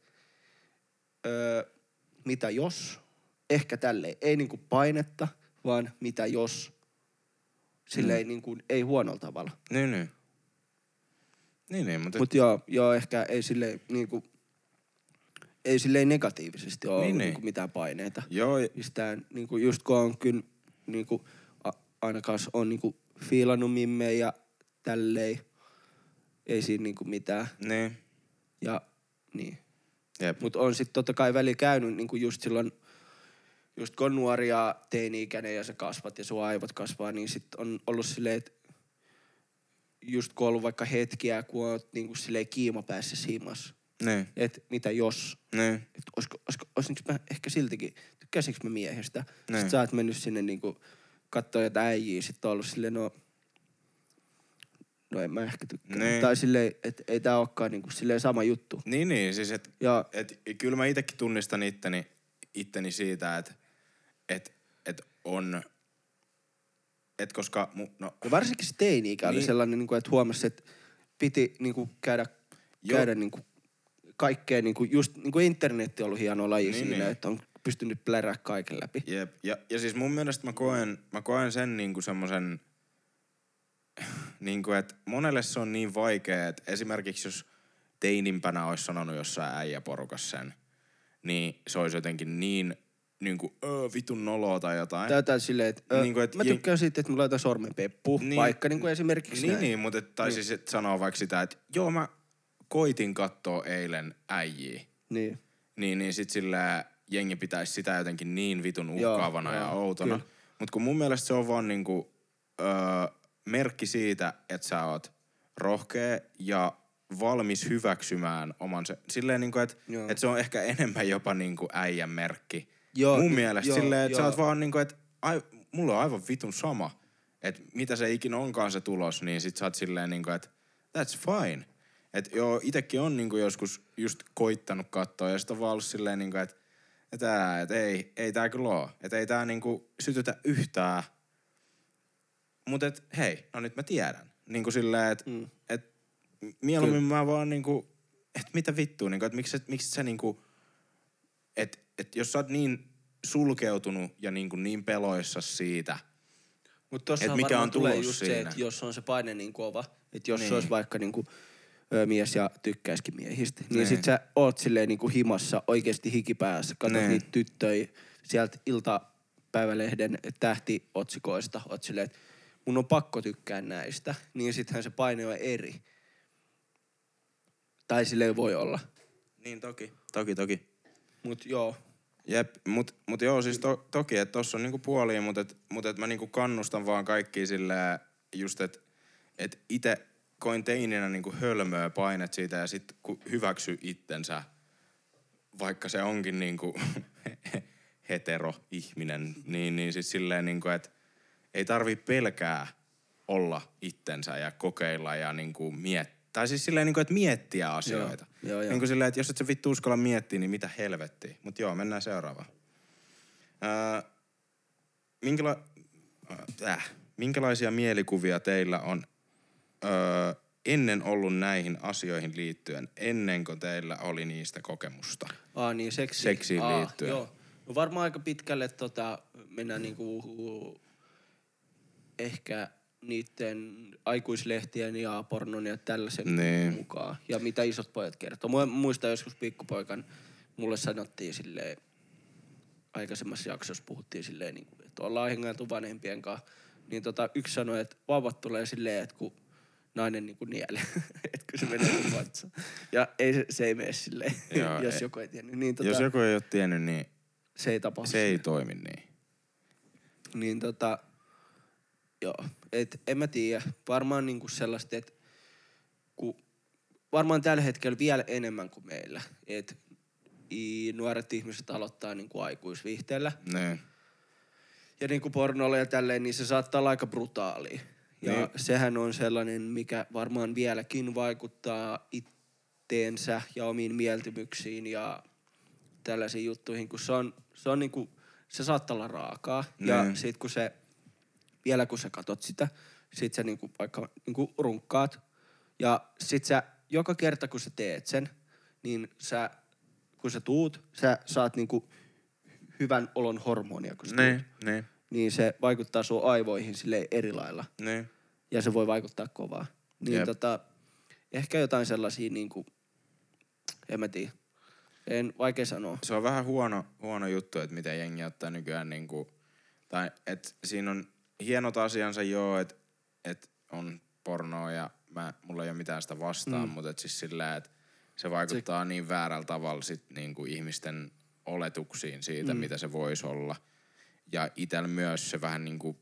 öö, mitä jos, ehkä tälleen. Ei niinku painetta, vaan mitä jos. Silleen mm. niinku, ei huonolla tavalla. Niin, niin. Niin, niin, mutta... Mut joo, joo, ehkä ei silleen niinku, ei silleen negatiivisesti ole niin, ollut niin. Niinku mitään paineita. Joo. Mistään niinku just kun on kyllä niinku, a, ainakaan on niinku fiilannut mimmejä ja tälleen. Ei siinä niinku mitään. Niin. Ja niin. Jep. Mut on sit totta kai väli käynyt niinku just silloin, just kun on nuori ja teini-ikäinen ja sä kasvat ja sun aivot kasvaa, niin sit on ollut silleen, että just kun on ollut vaikka hetkiä, kun oot niinku silleen kiimapäässä himas. Niin. Et mitä jos. Niin. Et oisko, oisko, oisinko mä ehkä siltikin, tykkäisinkö mä miehestä. Niin. Sit sä oot mennyt sinne niinku kattoo jotain äijiä, sit on ollut silleen no... No en mä ehkä tykkää. Niin. Tai silleen, että ei tää olekaan niinku silleen sama juttu. Niin, niin. Siis et, ja, et, kyllä mä itekin tunnistan itteni, itteni siitä, että et, et on... Et koska... Mu, no, ja varsinkin se teini-ikä niin. Oli sellainen, niinku, että huomasi, että piti niinku käydä, käydä niinku kaikkea, niinku, just niinku internetti on ollut hieno laji niin, siinä, niin. Että on pystynyt plärää kaiken läpi. Jep. Ja, ja siis mun mielestä mä koen, mä koen sen niinku semmosen... Niinku, että monelle se on niin vaikea, että esimerkiksi jos teinimpänä olisi sanonut jossain äijäporukassa sen, niin se olisi jotenkin niin niinku, öö, vitun noloa tai jotain. Täytää silleen, että öö, niinku, et, mä tykkään siitä, että mulla on jotain sormenpeppu, niin, vaikka niinku esimerkiksi Niin, näin. niin, mutta et, tai niin. Siis et sanoo vaikka sitä, että joo mä koitin kattoo eilen äijiä. Niin. Niin, niin sit sillä jengi pitäisi sitä jotenkin niin vitun uhkaavana joo, ja joo, outona. Kyllä. Mut kun mun mielestä se on vaan niinku... Öö, merkki siitä, että sä oot rohkea ja valmis hyväksymään oman se. Silleen niinku, että et se on ehkä enemmän jopa niinku äijän merkki. Joo, mun mielestä joo, silleen, että sä oot vaan niinku, että mulla on aivan vitun sama. Että mitä se ikinä onkaan se tulos, niin sit sä oot silleen niinku, että that's fine. Että joo, itekin on niinku joskus just koittanut katsoa ja sit on vaan ollut silleen niinku, että et, et ei, ei tää kyllä oo. Että ei tää niinku sytytä yhtään. Mut et hei, no nyt mä tiedän. Niinku silleen, että mm. et mieluummin Kyllä. mä vaan niinku, että mitä vittua, niinku, että miksi, miksi sä niinku, että et jos sä oot niin sulkeutunut ja niinku niin peloissas siitä, että mikä on tulos just siinä. Se, että jos on se paine niin kova, että jos niin. Se olisi vaikka niinku ö, mies ja tykkäisikin miehistä, niin, niin sit sä oot silleen niinku himassa oikeesti hikipäässä, katsot niin. Niitä tyttöjä sieltä iltapäivälehden tähtiotsikoista, oot silleen, että mun on pakko tykkää näistä, niin sittenhän se paine on eri. Tai sille ei voi olla. Niin toki, toki, toki. Mut joo. Jep, mut, mut joo siis to, toki, että tossa on niinku puolia, mut et, mut et mä niinku kannustan vaan kaikkia silleen just, että et ite koin teininä niinku hölmöä painet siitä ja sit kun hyväksy itsensä, vaikka se onkin niinku hetero ihminen, niin, niin siis silleen niinku, että ei tarvii pelkää olla itsensä ja kokeilla ja niinku miettiä. Tai siis silleen niinku, että miettiä asioita. Joo, joo, joo. Niinku silleen, että jos et sä vittu uskalla miettiä, niin mitä helvettiä. Mut joo, mennään seuraavaan. Öö, minkäla... Äh, minkälaisia mielikuvia teillä on öö, ennen ollut näihin asioihin liittyen, ennen kuin teillä oli niistä kokemusta? Aa niin, seksi. Seksiin Aa, liittyen. Joo. No varmaan aika pitkälle tota, mennään niinku ehkä niiden aikuislehtien ja pornon ja tällaisen niin. mukaan. Ja mitä isot pojat kertoo. Mä muistan joskus pikkupoikan, mulle sanottiin silleen, aikaisemmassa jaksossa puhuttiin silleen, niin kuin, että ollaan hengailtu vanhempien kanssa. Niin tota, yksi sanoi, että vauvat tulee silleen, että kun nainen niin kuin nielee, että kun se menee sun vatsaan. Ja ei, se, se ei mene silleen, Joo, jos ei. joku ei tiennyt. Niin, tota, jos joku ei ole tiennyt, niin se ei tapahdu. Se ei toimi niin. Niin tota, joo, et en mä tiedä. Varmaan niinku sellaista, että kun varmaan tällä hetkellä vielä enemmän kuin meillä. Että nuoret ihmiset aloittaa niinku aikuisviihteellä. Ne. Ja niinku pornolla ja tälleen, niin se saattaa olla aika brutaalia. Ja ne. Sehän on sellainen, mikä varmaan vieläkin vaikuttaa itteensä ja omiin mieltymyksiin ja tällaisiin juttuihin, kun se on, se on niinku, se saattaa olla raakaa. Ne. Ja sit kun se, vielä kun sä katot sitä, sit sä niinku vaikka niinku runkkaat. Ja sit sä, joka kerta kun sä teet sen, niin sä, kun sä tuut, sä saat niinku hyvän olon hormonia, kun sä ne, tuut. Ne. Niin se vaikuttaa sun aivoihin silleen eri lailla. Ne. Ja se voi vaikuttaa kovaa. Niin Jep. tota, ehkä jotain sellaisia niinku, en mä tiedä. En vaikea sanoa. Se on vähän huono, huono juttu, että miten jengi ottaa nykyään niinku, tai et siinä on hienot asiansa joo, että et on pornoa ja mä, mulla ei ole mitään sitä vastaan, mm. mutta et siis sillä, että se vaikuttaa se... niin väärällä tavalla sit niinku ihmisten oletuksiin siitä, mm. mitä se voisi olla. Ja itellä myös se vähän niinku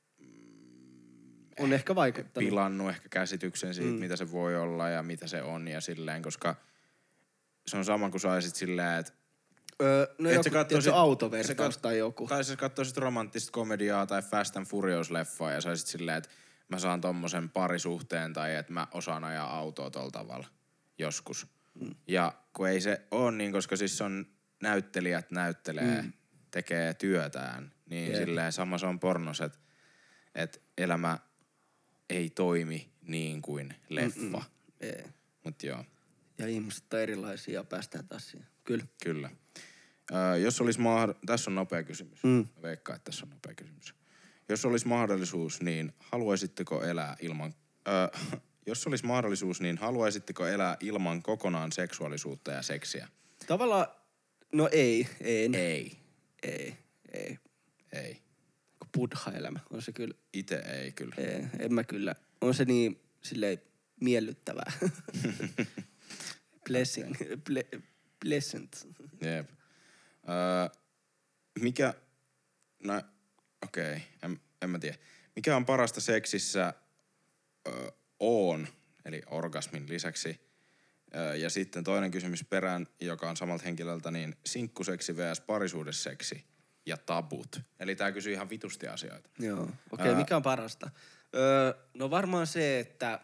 on ehkä vaikuttanut. Pilannut ehkä käsityksen siitä, mm. mitä se voi olla ja mitä se on ja silleen, koska se on sama kuin saisit silleen, että Öö, no et joku, katsoisit autovertaus tai joku. Tai sä katsoisit romanttista komediaa tai Fast and Furious-leffaa ja saisit silleen, että mä saan tommosen parisuhteen tai että mä osaan ajaa autoa tolla tavalla joskus. Mm. Ja kun ei se oo niin, koska siis on näyttelijät näyttelee, mm. tekee työtään, niin Jep. silleen sama se on pornos, että et elämä ei toimi niin kuin leffa. Mut joo. Ja ihmiset on erilaisia ja päästään taas siihen. Kyllä. Kyllä. Ö, jos olisi mahd... Tässä on nopea kysymys. Mm. Veikkaan, että tässä on nopea kysymys. Jos olisi mahdollisuus, niin haluaisitteko elää ilman... Ö, jos olisi mahdollisuus, niin haluaisitteko elää ilman kokonaan seksuaalisuutta ja seksiä? Tavallaan... No ei. En. Ei. Ei. Ei. Ei. Buddha-elämä on se kyllä. Ite ei kyllä. Ei, en mä kyllä. On se niin silleen miellyttävää. Blessing. Ble, pleasant. Jep. Öö, mikä... No, okei. Okay. En, en mä tiedä. Mikä on parasta seksissä öö, on, eli orgasmin lisäksi? Öö, ja sitten toinen kysymys perään, joka on samalta henkilöltä, niin sinkkuseksi versus parisuudesseksi ja tabut. Eli tää kysyy ihan vitusti asioita. Joo. Okei, okay, öö, mikä on parasta? Öö, no varmaan se, että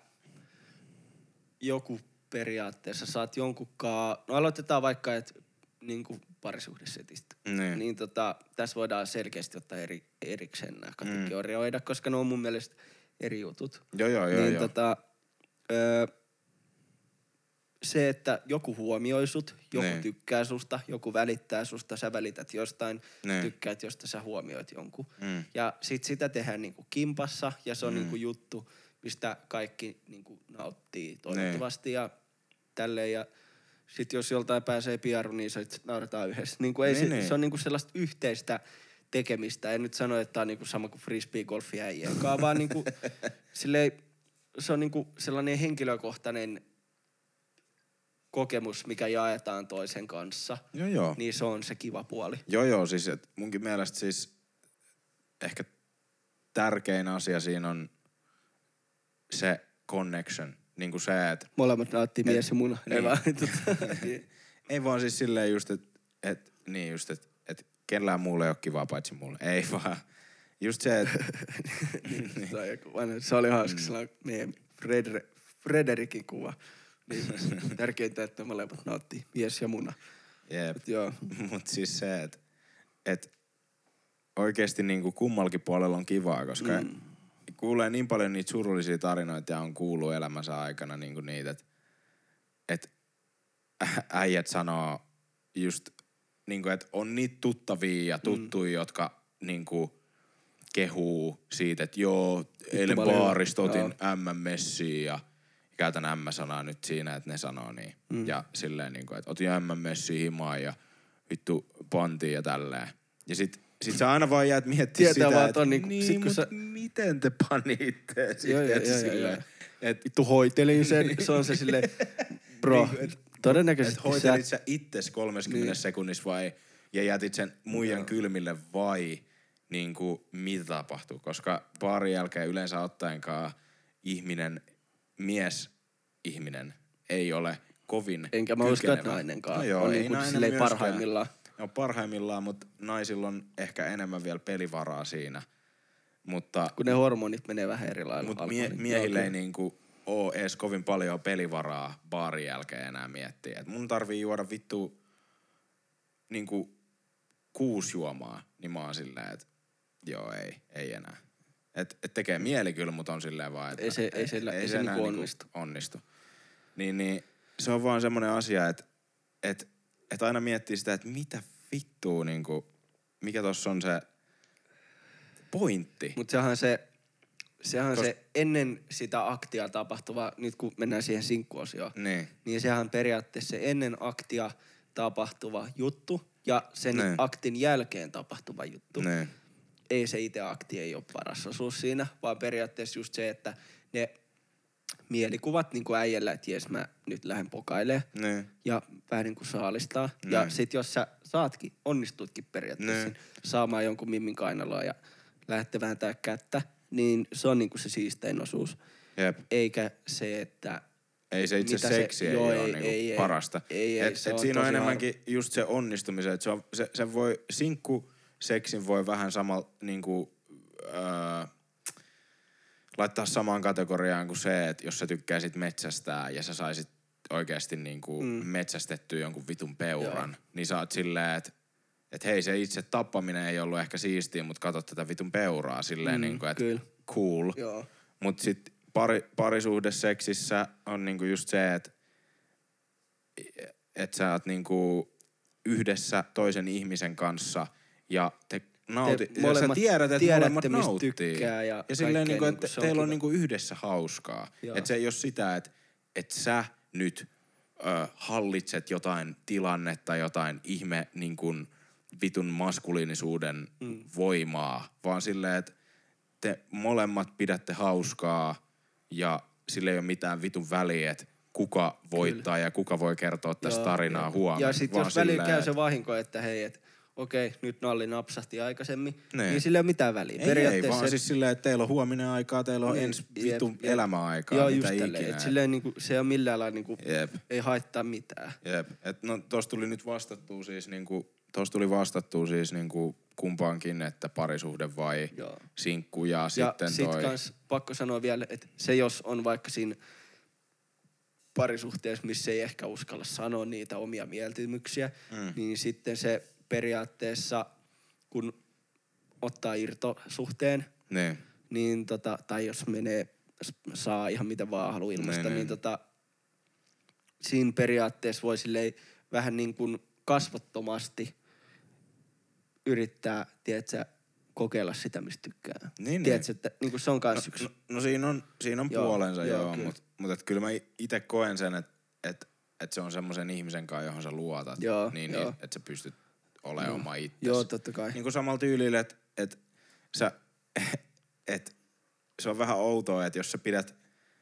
joku periaatteessa saat jonkunkaan... No aloitetaan vaikka, että niinku parisuhdesetistä. Niin. Niin tota, tässä voidaan selkeästi ottaa eri, erikseen nämä kategorioida, mm. koska ne on mun mielestä eri jutut. Joo, joo, joo. Niin joo. tota, öö, se, että joku huomioi sut, joku niin. tykkää susta, joku välittää susta, sä välität jostain, niin. tykkäät, josta sä huomioit jonkun. Mm. Ja sit sitä tehdään niinku kimpassa ja se on mm. niinku juttu, mistä kaikki niinku nauttii toivottavasti ja tälleen. Ja sit jos joltain pääsee piaru, niin sit naurataan yhdessä. Niinku ei niin, se, niin. se on niinku sellaista yhteistä tekemistä. En nyt sano, että tää on niinku sama kuin frisbee-golfi äijänkaan, vaan niinku silleen, se on niinku sellainen henkilökohtainen kokemus, mikä jaetaan toisen kanssa. Joo, joo. Niin se on se kiva puoli. Joo, joo. Siis et munkin mielestä siis ehkä tärkein asia siinä on se connection. Niin kuin se, että... Molemmat nauttii mies ja muna. Niin. Ei, vaan, ei vaan siis silleen just, että... Et, niin just, että et kellään muulle ei ole kivaa paitsi mulle. Ei vaan. Just se, että... niin. Se oli hauska sellainen meidän Freder, Frederikin kuva. Niin, tärkeintä, että molemmat nauttii mies ja muna. Jep. Mut joo. Mut siis se, että et oikeesti niinku kummallakin puolella on kivaa, koska mm. kuulee niin paljon niitä surullisia tarinoita ja on kuullut elämänsä aikana niinku niitä, että et äijät sanoo just niinku, että on niitä tuttavia ja tuttuja, mm. jotka niinku kehuu siitä, että joo, eilen baarista otin M-messiin ja käytän M-sanaa nyt siinä, että ne sanoo niin. Mm. Ja silleen niinku, että otin M-messiin himaan ja vittu pantiin ja tälleen. Ja sit, sit sä aina vaan jäät miettimään sitä, vaan, että niinku, niin, sit, mut sä... miten te panitte sitten et vittu hoitelin sen, se on se silleen, bro, niin, et, todennäköisesti et hoitelit sä... sä itses kolmekymmentä niin. sekunnissa vai, ja jätit sen muijan kylmille vai niinku mitä tapahtuu? Koska baarin jälkeen yleensä ottaenkaan ihminen, mies ihminen ei ole kovin enkä mä usko, että nainenkaan. No joo, on ei niin nainen silleen myöskään. Parhaimmillaan. No parhaimmillaan, mutta naisilla on ehkä enemmän vielä pelivaraa siinä. Mutta, kun ne hormonit menee vähän eri lailla. Mutta mie- miehillä ei niinku oo edes kovin paljon pelivaraa baarin jälkeen enää miettiä. Et mun tarvii juoda vittu niinku kuusi juomaa, niin mä oon silleen, että joo ei, ei enää. Et, et tekee mieli kyllä, mutta on silleen vaan, että ei se, ei se, ei ei se, se niinku enää onnistu. Niinku onnistu. Niin, niin se on vaan semmonen asia, että et, et aina miettii sitä, että mitä vittua niinku, mikä tossa on se pointti. Mut sehän se, sehän Kos... se ennen sitä aktia tapahtuva, nyt kun mennään siihen sinkkuosioon, niin, niin sehän periaatteessa se ennen aktia tapahtuva juttu ja sen niin. aktin jälkeen tapahtuva juttu. Niin. Ei se itse akti ei ole paras osuus siinä, vaan periaatteessa just se, että ne mielikuvat niin kuin äijällä, että jes mä nyt lähden pokailemaan niin. ja vähän niin kuin saalistaa. Niin. Ja sit jos sä saatkin, onnistutkin periaatteessa niin. saamaan jonkun mimmin kainaloa ja lähdette vääntää kättä, niin se on niin kuin se siistein osuus. Jep. Eikä se, että ei se itse seksi se, ei joo, ole ei, niinku ei, parasta. Ei, ei, et, se et on siinä on enemmänkin harva. Just se onnistumisen, että se, on, se, se voi, sinkku seksin voi vähän sama, niinku, öö, laittaa samaan kategoriaan kuin se, että jos sä tykkäisit metsästää ja sä saisit oikeasti niinku mm. metsästettyä jonkun vitun peuran, joo. niin sä oot silleen, että et hei, se itse tappaminen ei ollut ehkä siistiä, mutta katsot tätä vitun peuraa silleen, mm, niinku, että cool. Mut sit pari, parisuhdeseksissä on niinku just se, että et sä oot niinku yhdessä toisen ihmisen kanssa ja te nautit, te ja sä tiedät, että molemmat nauttii. Tykkää ja, ja silleen niinku, että niinku, teillä on kiva. niinku yhdessä hauskaa. Että se ei ole sitä, että et sä nyt ö, hallitset jotain tilannetta, jotain ihme niinku vitun maskuliinisuuden mm. voimaa, vaan silleen, että te molemmat pidätte hauskaa ja sille ei ole mitään vitun väliä, että kuka voittaa Kyllä. ja kuka voi kertoa tästä tarinaa joo. huomenna. Ja sit jos välillä käy se vahinko, että hei, että okei, nyt nalli napsahti aikaisemmin, ne. niin sillä ei ole mitään väliä. Ei, ei vaan et... siis silleen, että teillä on huominen aikaa, teillä on niin, ensi vitun elämäaikaa, joo, mitä just ikinä. Et silleen niinku, se on millään lailla niinku, ei haittaa mitään. Jep, et no tossa tuli nyt vastattua siis niinku, tossa tuli vastattua siis niinku kumpaankin, että parisuhde vai joo. sinkku ja, ja sitten sit toi... Ja sit kans pakko sanoa vielä, että se jos on vaikka siinä parisuhteessa, missä ei ehkä uskalla sanoa niitä omia mieltymyksiä, mm. niin sitten se periaatteessa, kun ottaa irtosuhteen, ne. niin tota, tai jos menee, saa ihan mitä vaan haluaa ilmasta, ne, niin ne. tota, siinä periaatteessa voi silleen vähän niin kuin kasvottomasti yrittää, tiedätkö, kokeilla sitä, mistä tykkää. Niin, tiedätkö, että niin kuin se on kans no, yksi. No, no siinä on, siinä on joo, puolensa joo, joo mutta mut kyllä mä itse koen sen, että et, et se on semmoisen ihmisen kanssa, johon sä luotat, joo, niin, niin että sä pystyt olemaan no. oma itsesi. Joo, totta kai. Niin kuin samalla tyylillä, että et sä, et se on vähän outoa, että jos sä pidät,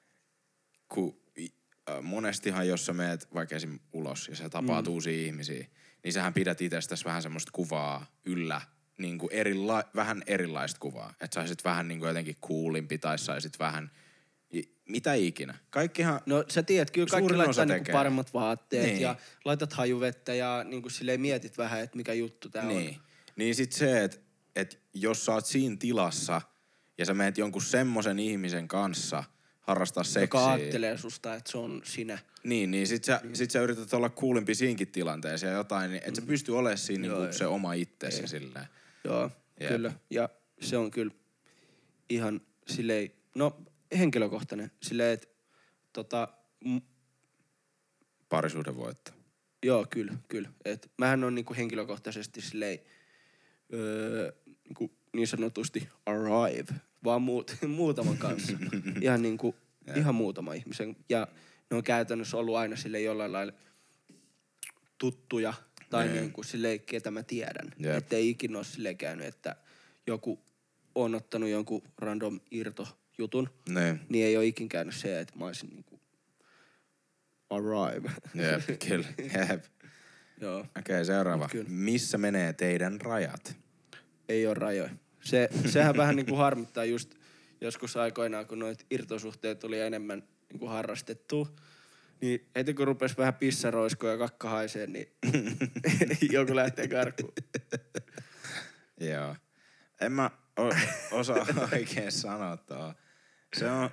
kun äh, monestihan jos sä meet vaikka esim. Ulos ja sä tapaat mm. uusia ihmisiä, niin sähän pidät itsestäsi vähän semmoista kuvaa yllä, niin kuin erila- vähän erilaista kuvaa. Että saisit vähän niin kuin jotenkin coolimpi tai saisit vähän mitä ikinä. Kaikkihan... No sä tiedät, kyllä kaikki laittaa niinku paremmat vaatteet niin. ja laitat hajuvettä ja niinku silleen mietit vähän, että mikä juttu tää niin. on. Niin sit se, että et jos sä oot siinä tilassa ja sä meet jonkun semmoisen ihmisen kanssa harrastaa seksiä. Joka ajattelee susta, että se on sinä. Niin, niin sit sä, niin. sit sä yrität olla coolimpi siinkin tilanteessa ja jotain, niin et sä pysty olemaan siinä joo, niinku se oma itsesi silleen. Joo, Jep. kyllä. Ja se on kyllä ihan silleen, no henkilökohtainen, silleen, että tota... M- Parisuuden voitto. Joo, kyllä, kyllä. Et mähän on niinku henkilökohtaisesti silleen, öö, niinku niin sanotusti arrive, vaan muut, muutaman kanssa. Ihan niinku, ihan muutama ihmisen. Ja ne on käytännössä ollut aina silleen jollain lailla tuttuja tai niinku silleen, ketä mä tiedän. Että ei ikinä ole silleen käynyt, että joku on ottanut jonkun random irtojutun, ne. niin ei ole ikin käynyt se, että mä olisin niinku arrive. Jep, kyllä. Jep. Joo. Okei, okay, seuraava. Kyllä. Missä menee teidän rajat? Ei ole rajoja. Se, sehän vähän niinku harmittaa just joskus aikoinaan, kun noit irtosuhteet tuli enemmän niinku harrastettua. Niin heti kun rupes vähän pissaroiskoa ja kakka haisee, niin joku lähtee karkuun. Joo. En mä o- osaa oikein sanoa tuohon. Se on...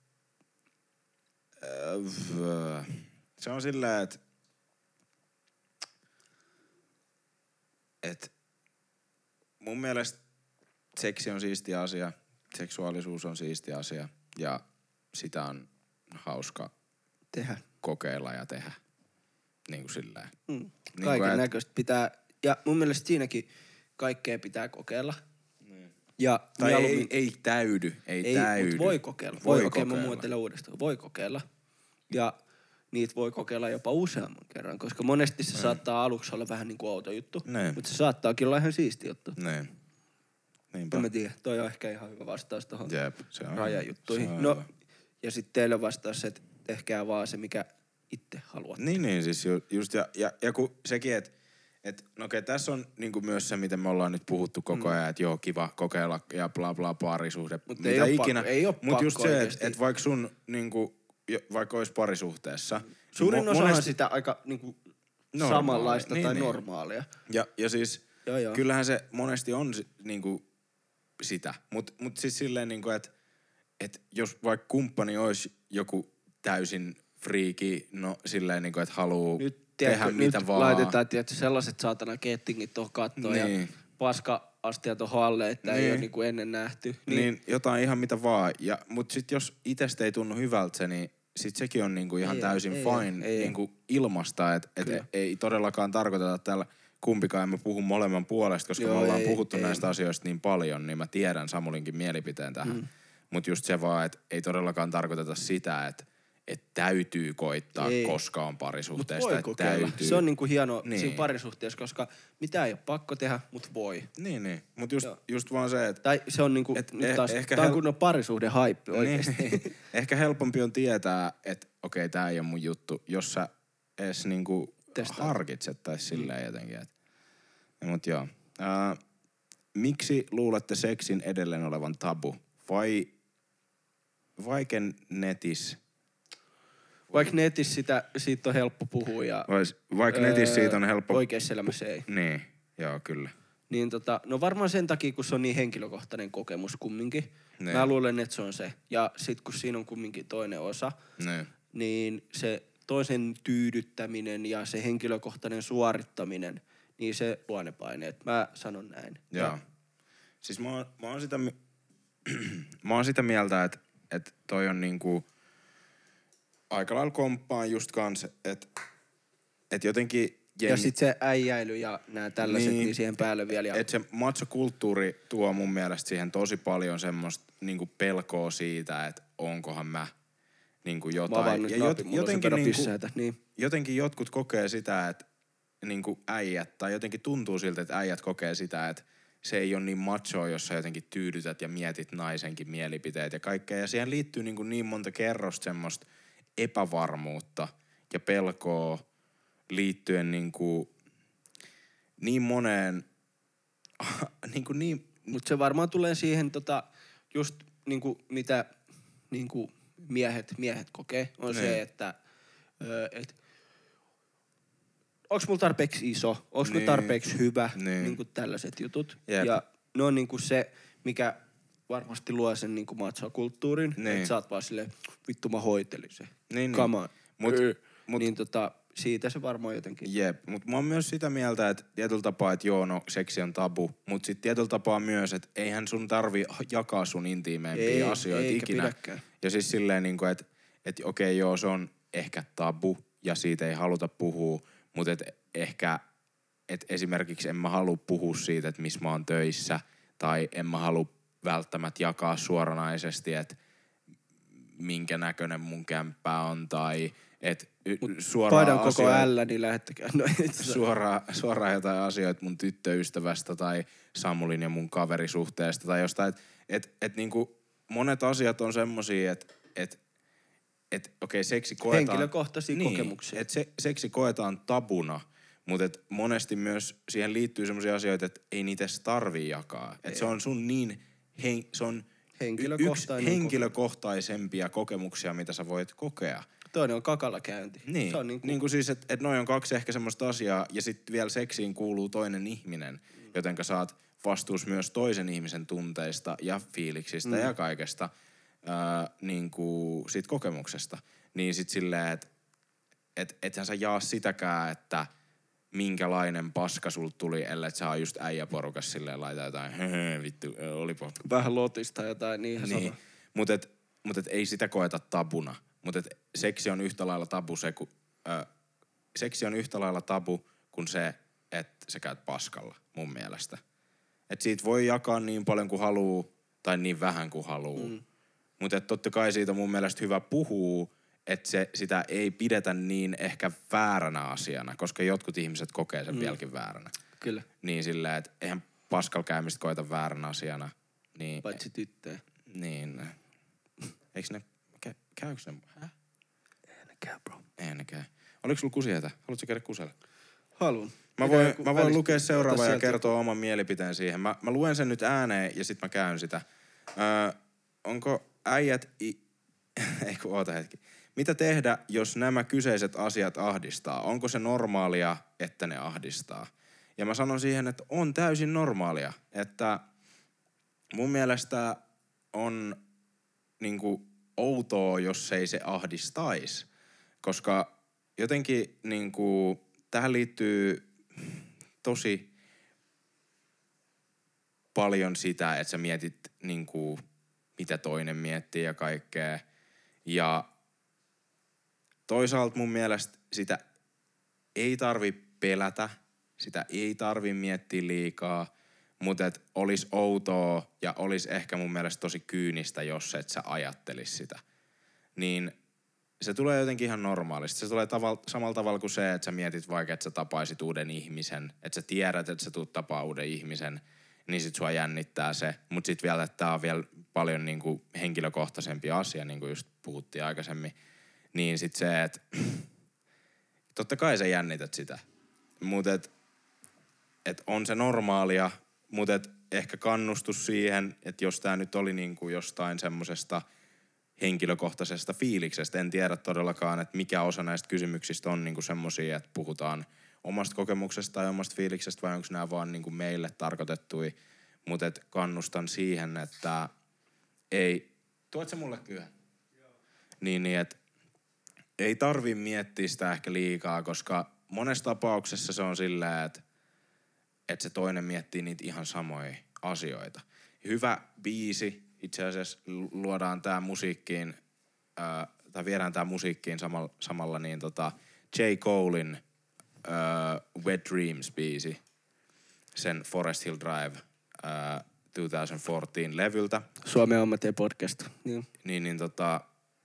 Öö, se on silleen, että... Et mun mielestä seksi on siisti asia, seksuaalisuus on siisti asia ja sitä on hauska Tehdä. kokeilla ja tehdä. Niin kuin silleen. Mm. Niin Kaiken kuin, et- näköistä pitää, ja mun mielestä siinäkin kaikkea pitää kokeilla. Mm. Ja Tai ei, mieluummin- ei täydy, ei, ei täydy. mut voi kokeilla. Voi Voi, okei, mä kokeilla. muottelen uudestaan. Voi kokeilla. Ja niitä voi kokeilla jopa useamman kerran, koska monesti se saattaa aluksi olla vähän niin kuin outo juttu. Ne. Mutta se saattaakin olla ihan siisti juttu. Niin. Niinpä. En mä tiedä, toi on ehkä ihan hyvä vastaus tohon Jep, se on. rajajuttuihin. se on No, hyvä. ja sitten teille vastaus, että tehkää vaan se, mikä itse haluat. Niin, niin, siis ju, just, ja, ja, ja kun sekin, että et, no okei, tässä on niinku myös se, miten me ollaan nyt puhuttu koko ajan, että joo, kiva kokeilla ja bla bla parisuhde, Mut mitä ei oo ikinä. pakko- ei oo Mut just pakko se, oikeesti. että et vaikka sun, niinku, jo, vaikka olisi parisuhteessa. Suurin mo- osahan monesti- sitä aika niinku Normaali, samanlaista niin, tai niin. normaalia. Ja, ja siis Joo, joo. kyllähän se monesti on si- niinku sitä. Mut, mut siis silleen niinku, että et jos vaikka kumppani olisi joku täysin friiki, no silleen niinku, että haluu Nyt, tehdä tiedätkö, mitä nyt vaan. laitetaan tietysti sellaiset saatana kettingit tuohon kattoon Niin. ja paska-astia tuohon alle, että ei Niin. ole niinku ennen nähty. Niin, niin jotain ihan mitä vaan. Ja, mut sit jos itestä ei tunnu hyvältä se, niin sit sekin on niinku ihan Ei, täysin ei, fine ei, ei. niinku ilmasta. Että et Kyllä. ei todellakaan tarkoiteta tällä kumpikaan, emme puhu molemman puolesta, koska Joo, me ollaan ei, puhuttu ei. näistä asioista niin paljon, niin mä tiedän Samulinkin mielipiteen tähän. Mm. Mut just se vaan, että ei todellakaan tarkoiteta sitä, että et täytyy koittaa, Ei. koska on Mut parisuhteesta, voi että kokeilla. täytyy. Se on niinku hieno Niin. siinä parisuhteessa, koska mitä ei ole pakko tehdä, mut voi. Niin, niin. Mut just, Joo. just vaan se, että Tai se on niinku, Et nyt eh- taas, ehkä tää on hel- kunnon parisuhde haippi oikeesti. Niin. Ehkä helpompi on tietää, että okei, tää ei ole mun juttu, jos sä edes niinku Testaat. harkitset tai silleen jotenkin. Et. Ja, mut joo. Ää, miksi luulette seksin edelleen olevan tabu? Vai vaiken netis? Vaikka netissä sitä, siitä on helppo puhua ja Vais, vaikka netissä siitä on helppo... oikeassa elämässä ei. Niin, joo, kyllä. Niin tota, no varmaan sen takia, kun se on niin henkilökohtainen kokemus kumminkin. Niin. Mä luulen, että se on se. Ja sit kun siinä on kumminkin toinen osa, Niin. niin se toisen tyydyttäminen ja se henkilökohtainen suorittaminen, niin se luo ne paineet. Mä sanon näin. Joo. Ja Siis mä oon, mä oon sitä, mi- mä oon sitä mieltä, että et toi on niinku aika lailla komppaan just kans, että et jotenkin jengi, Ja sit se äijäily ja nämä tällaiset, niin, Niin. niin siihen päälle vielä. Ja että se macho-kulttuuri tuo mun mielestä siihen tosi paljon semmoista niinku pelkoa siitä, että onkohan mä niinku mä jotain. avaan nyt ja napin, mulla on sen verran niinku, pissäitä. Niin. jotenkin jotkut kokee sitä, että niinku äijät, tai jotenkin tuntuu siltä, että äijät kokee sitä, että se ei ole niin machoa, jos sä jotenkin tyydytät ja mietit naisenkin mielipiteet ja kaikkea. Ja siihen liittyy niin, kuin niin monta kerrosta semmoista epävarmuutta ja pelkoa liittyen niin, kuin niin moneen, niin, kuin niin Mutta se varmaan tulee siihen tota, just niinku mitä niinku miehet, miehet kokee, on Niin. se, että ö, et, onks mulla tarpeeksi iso, onks Niin. mulla tarpeeksi hyvä, Niin. niinku tällaiset jutut. Jep. Ja ne on niinku se, mikä varmasti luo sen niinku macho-kulttuurin, Niin. että sä oot vaan silleen, vittu mä hoitelin se. Niin, niin. Come on. Mut- Ö, mut- niin tota, siitä se varmaan jotenkin. Jep, mutta mä oon myös sitä mieltä, että tietyllä tapaa, että joo, no seksi on tabu, mutta sitten tietyllä tapaa myös, että eihän sun tarvi jakaa sun intiimeimpia Ei, asioita eikä ikinä. pidäkään. Ja siis silleen niinku, että et, okei joo, se on ehkä tabu ja siitä ei haluta puhua, mutta et ehkä, et esimerkiksi en mä halua puhua siitä, että missä mä oon töissä tai en mä halua välttämättä jakaa suoranaisesti, että minkä näköinen mun kämppää on tai että suoraan Paidan koko asioita, L, niin lähettäkää. No, suoraan, suoraan jotain asioita mun tyttöystävästä tai Samulin ja mun kaverisuhteesta tai jostain. Että et, et niinku monet asiat on semmosia, että et, et, okei, okay, seksi koetaan... Henkilökohtaisia niin, kokemuksia. että se, seksi koetaan tabuna, mutta et monesti myös siihen liittyy semmosia asioita, että ei niitä edes tarvii jakaa. Että se on sun niin... Hen, se on Henkilökohtainen yksi henkilökohtaisempia kokemuksia, mitä sä voit kokea. Toinen on kakalla käynti. Niin, se on niin kuin... niin kuin siis, että et noi on kaksi ehkä semmoista asiaa, ja sitten vielä seksiin kuuluu toinen ihminen, mm. jotenka saat vastuus myös toisen ihmisen tunteista ja fiiliksistä mm. ja kaikesta ää, niin kuin siitä kokemuksesta. Niin sit silleen, että et, ethän sä jaa sitäkään, että minkälainen paska sulta tuli, ellei sä oon just äijäporukas silleen laita jotain, höhö, vittu, olipa. Vähän lotista jotain, niinhän niin. sama. Mut et, mut et ei sitä koeta tabuna. Mutta seksi on yhtä lailla tabu se, kun, ö, seksi on yhtä lailla tabu kuin se, että sä käyt paskalla, mun mielestä. Että siitä voi jakaa niin paljon kuin haluu, tai niin vähän kuin haluu. Mm. Mutta totta kai siitä mun mielestä hyvä puhuu, että se, sitä ei pidetä niin ehkä vääränä asiana, koska jotkut ihmiset kokee sen mm. vieläkin vääränä. Kyllä. Niin silleen, että eihän paskalla käymistä koeta vääränä asiana. Niin, paitsi tyttöjä. Niin. Eikö ne... Kä, käykö ne? Häh? Ei ne käy, bro. Ei ne käy. Oliko sulla kusietä? Haluatko käydä kusella? Haluan. Mä voin, mä voin lukea seuraavaa ja kertoa oman mielipiteen siihen. Mä, mä luen sen nyt ääneen ja sit mä käyn sitä. Öö, onko äijät... I... Ei kun oota hetki. Mitä tehdä, jos nämä kyseiset asiat ahdistaa? Onko se normaalia, että ne ahdistaa? Ja mä sanon siihen, että on täysin normaalia. Että mun mielestä on niinku outoa, jos ei se ahdistaisi. Koska jotenkin niinku, tähän liittyy tosi paljon sitä, että sä mietit niinku, mitä toinen miettii ja kaikkea. Ja toisaalta mun mielestä sitä ei tarvi pelätä, sitä ei tarvi miettiä liikaa, mutta et olisi outoa ja olisi ehkä mun mielestä tosi kyynistä, jos et sä ajattelis sitä. Niin se tulee jotenkin ihan normaalisti. Se tulee taval- samalla tavalla kuin se, että sä mietit vaikka, että sä tapaisit uuden ihmisen, että sä tiedät, että sä tuut tapaa uuden ihmisen, niin sit sua jännittää se. Mutta sit vielä, että tää on vielä paljon niinku henkilökohtaisempi asia, niin kuin just puhuttiin aikaisemmin. Niin sit se, että totta kai sä jännität sitä. Mutta et, et on se normaalia, mutta et ehkä kannustus siihen, että jos tää nyt oli niinku jostain semmosesta henkilökohtaisesta fiiliksestä. En tiedä todellakaan, että mikä osa näistä kysymyksistä on niinku semmosia, että puhutaan omasta kokemuksesta tai omasta fiiliksestä vai onko nämä vaan niinku meille tarkoitettui. Mutta et kannustan siihen, että ei... Tuot sä mulle kyllä? Joo. Niin, niin että ei tarvi miettiä sitä ehkä liikaa, koska monessa tapauksessa se on silleen, että että se toinen miettii niitä ihan samoja asioita. Hyvä biisi, itse asiassa luodaan tää musiikkiin, äh, tai viedään tää musiikkiin samalla, samalla niin tota J. Colein äh, Wet Dreams-biisi, sen Forest Hill Drive äh, kaksituhattaneljätoista-levyltä. Suomen ammattien podcast. Niin, niin, niin tota,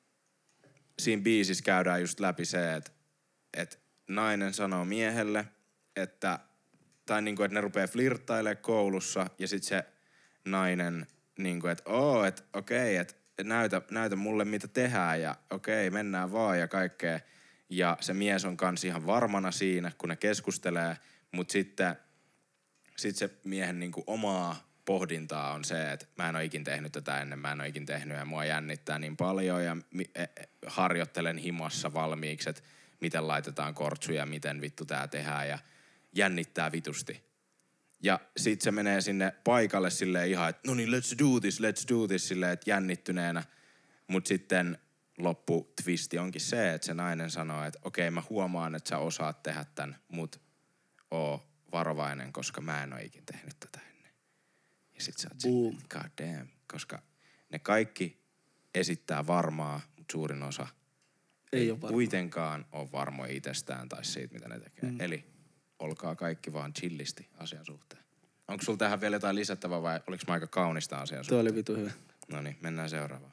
siinä biisissä käydään just läpi se, että et nainen sanoo miehelle, että tai niinku, että ne rupee flirttailemaan koulussa ja sit se nainen niinku, että oo, että okei, että näytä, näytä mulle mitä tehdään ja okei, mennään vaan ja kaikkea. Ja se mies on kans ihan varmana siinä, kun ne keskustelee, mut sitten sit se miehen niinku omaa pohdintaa on se, että mä en oo ikin tehnyt tätä ennen, mä en oo ikin tehnyt ja mua jännittää niin paljon ja mi- harjoittelen himassa valmiiksi, että miten laitetaan kortsuja, miten vittu tää tehdään ja jännittää vitusti. Ja sit se menee sinne paikalle silleen ihan, että no niin, let's do this, let's do this, silleen, että jännittyneenä. Mut sitten lopputwisti onkin se, että se nainen sanoo, että okei, mä huomaan, että sä osaat tehdä tän, mut oo varovainen, koska mä en oo ikin tehnyt tätä ennen. Ja sit sä oot silleen, god damn, koska ne kaikki esittää varmaa, mut suurin osa ei, ei kuitenkaan ole varmoja itsestään tai siitä, mitä ne tekee. Mm. Eli olkaa kaikki vaan chillisti asian suhteen. Onko sulla tähän vielä jotain lisättävää vai oliko mä aika kaunista asian suhteen? Tuo oli vitu hyvä. No niin, mennään seuraavaan.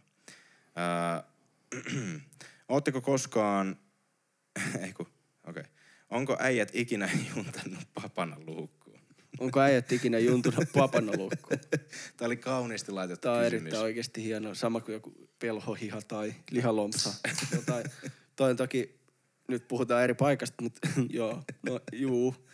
Öö, ootteko koskaan... Ei kun, okei. Okay. Onko äijät ikinä juntannut papana luukkuun? Onko äijät ikinä juntunut papana luukkuun? Tää oli kauniisti laitettu Tää on kysymys. erittäin oikeesti hieno. Sama kuin joku pelhohiha tai lihalompsa. Jotain. Toi on toki, nyt puhutaan eri paikasta, mutta joo, no juu.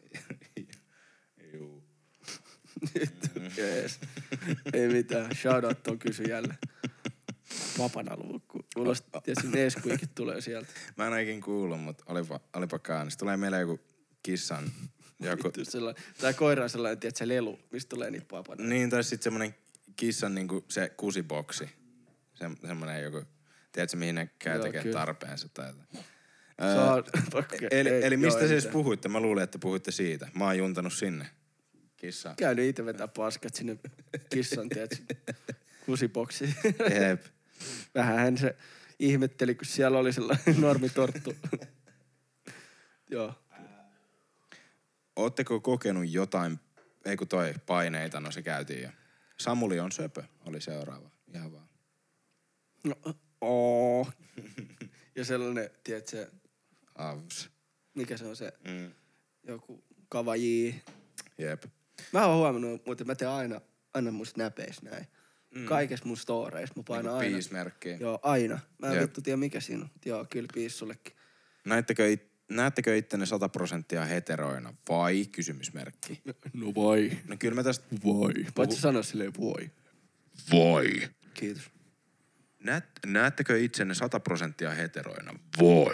Juu. Nyt, jees. Ei mitään, shoutout on kysyjälle. Papana luukku. Mulla on tietysti Nesquikin tulee sieltä. Mä en oikein kuullut, mutta olipa, olipa kaanis. Tulee meille joku kissan. Joku... Tai koira on sellainen, tiedät se lelu, mistä tulee niitä papana. Niin, tai sit semmonen kissan niinku se kusiboksi. Se, semmonen joku, tiedätkö mihin ne käy tekemään tarpeensa tai jotain. Saa, öö, eli, ei, eli mistä joo, siis puhuitte? Mä luulin, että puhuitte siitä. Mä oon juntanut sinne. Kissa. Käynyt ite vetää paskat sinne kissan, tiedätkö, kusiboksiin. Jep. Vähänhän se ihmetteli, kun siellä oli sellainen normitorttu. Joo. Ootteko kokenut jotain, ei kun toi, paineita, no se käytiin jo. Samuli on söpö, oli seuraava. Ihan vaan. No, ooo. Ja sellainen, tiedätkö, Avs. mikä se on se, Mm. joku kavajii. Jep. Mä oon huomannut, mutta mä teen aina, aina mun snappeissa näin. Mm. Kaikessa mun storeissa mä painan niin aina. Piismerkkiä. Joo, aina. Mä en Jep. vittu tiedä mikä siinä on. Joo, kyllä piis sullekin. Näettekö, it, näettekö ittenne sata prosenttia heteroina vai kysymysmerkki? No vai. No kyllä mä tästä... Vai. Voit sä sanoa silleen vai. Vai. Kiitos. Näet, näettekö itsenne sata prosenttia heteroina? Vai.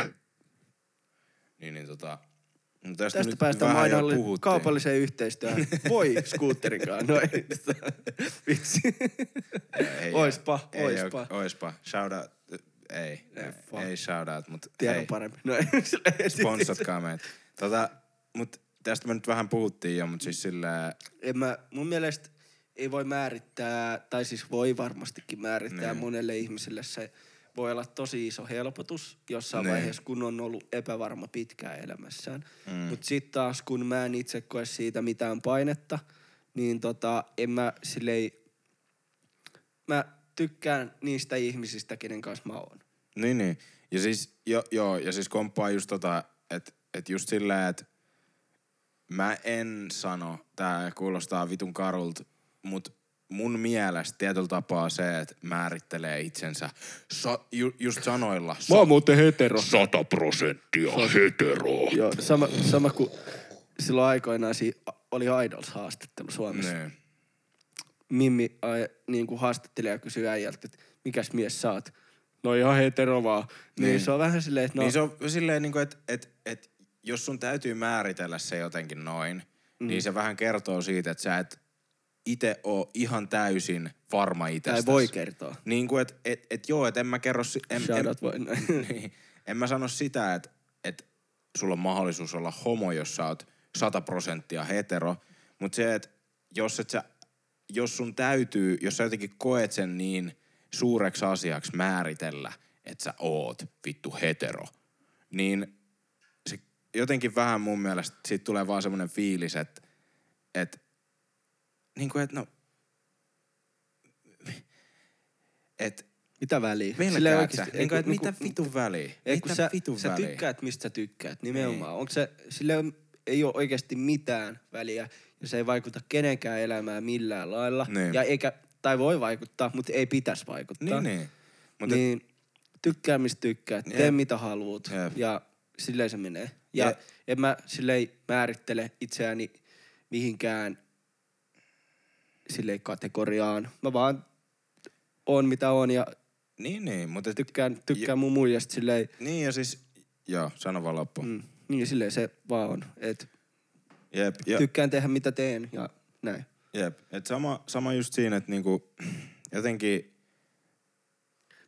Niin, niin tota... No tästä tästä nyt päästään vähän jo mainalle puhuttiin. kaupalliseen yhteistyöhön. Voi skuutterikaan. No ei. Vitsi. Ei, oispa, ei, oispa. Ei, oispa. Shout out. Ei. Leffa. Ei shout out, mut Tiedän hei. paremmin. No ei. Sponsatkaa meitä. Tota, mut tästä me nyt vähän puhuttiin jo, mut siis silleen... En mä, mun mielestä ei voi määrittää, tai siis voi varmastikin määrittää niin. monelle ihmiselle se voi olla tosi iso helpotus jossain niin. vaiheessa, kun on ollut epävarma pitkään elämässään. Mm. Mut sit taas, kun mä en itse koe siitä mitään painetta, niin tota, en mä silleen, mä tykkään niistä ihmisistä, kenen kanssa mä oon. Niin, niin. Ja siis, jo, joo, ja siis komppaa just tota, että et just silleen, että mä en sano, tää kuulostaa vitun karulta, mut mun mielestä tietyllä tapaa se, että määrittelee itsensä sa, ju, just sanoilla. Mä oon muuten hetero. Sata prosenttia hetero. Joo, sama, sama kuin silloin aikoinaan oli Idols-haastattelu Suomessa. Nee. Mimmi ai, niin kuin haastattelija kysyi äijältä, että mikäs mies sä oot? No ihan hetero vaan. Niin, niin se on vähän silleen, että no... Niin se on silleen, niin kuin, että, että, että jos sun täytyy määritellä se jotenkin noin, mm. niin se vähän kertoo siitä, että sä et ite oo ihan täysin varma itsestäsi. Tai voi kertoa. Niin kuin, että et, et joo, että en mä kerro... En, en, voi. niin, en mä sano sitä, että et sulla on mahdollisuus olla homo, jos sä oot sata prosenttia hetero. Mutta se, että jos, et sä, jos sun täytyy, jos sä jotenkin koet sen niin suureksi asiaksi määritellä, että sä oot vittu hetero, niin se jotenkin vähän mun mielestä siitä tulee vaan semmoinen fiilis, että että niin kuin, että no... Et, mitä väliä? Pelkäätkö sä? Niin kuin, että mitä vitun väliä? Ei, mitä sä, vitun sä väliä? tykkäät, mistä sä tykkäät, nimenomaan. Onko se, sille ei ole oikeasti mitään väliä, ja se ei vaikuta kenenkään elämään millään lailla. Niin. Ja eikä, tai voi vaikuttaa, mutta ei pitäisi vaikuttaa. Niin, niin. Mut niin et, tykkää, mistä tykkäät, jep. tee mitä haluut, Jep. ja silleen se menee. Ja Jep. en mä silleen määrittele itseäni mihinkään silleen kategoriaan. Mä vaan oon mitä on ja Niin, niin, mutta... tykkään, tykkään mun muijasta silleen... Niin ja siis... Joo, sano vaan loppu. Mm, niin silleen se vaan on, että Jep, ja, tykkään tehdä mitä teen ja näin. jep. Et sama, sama just siinä, että niinku jotenkin...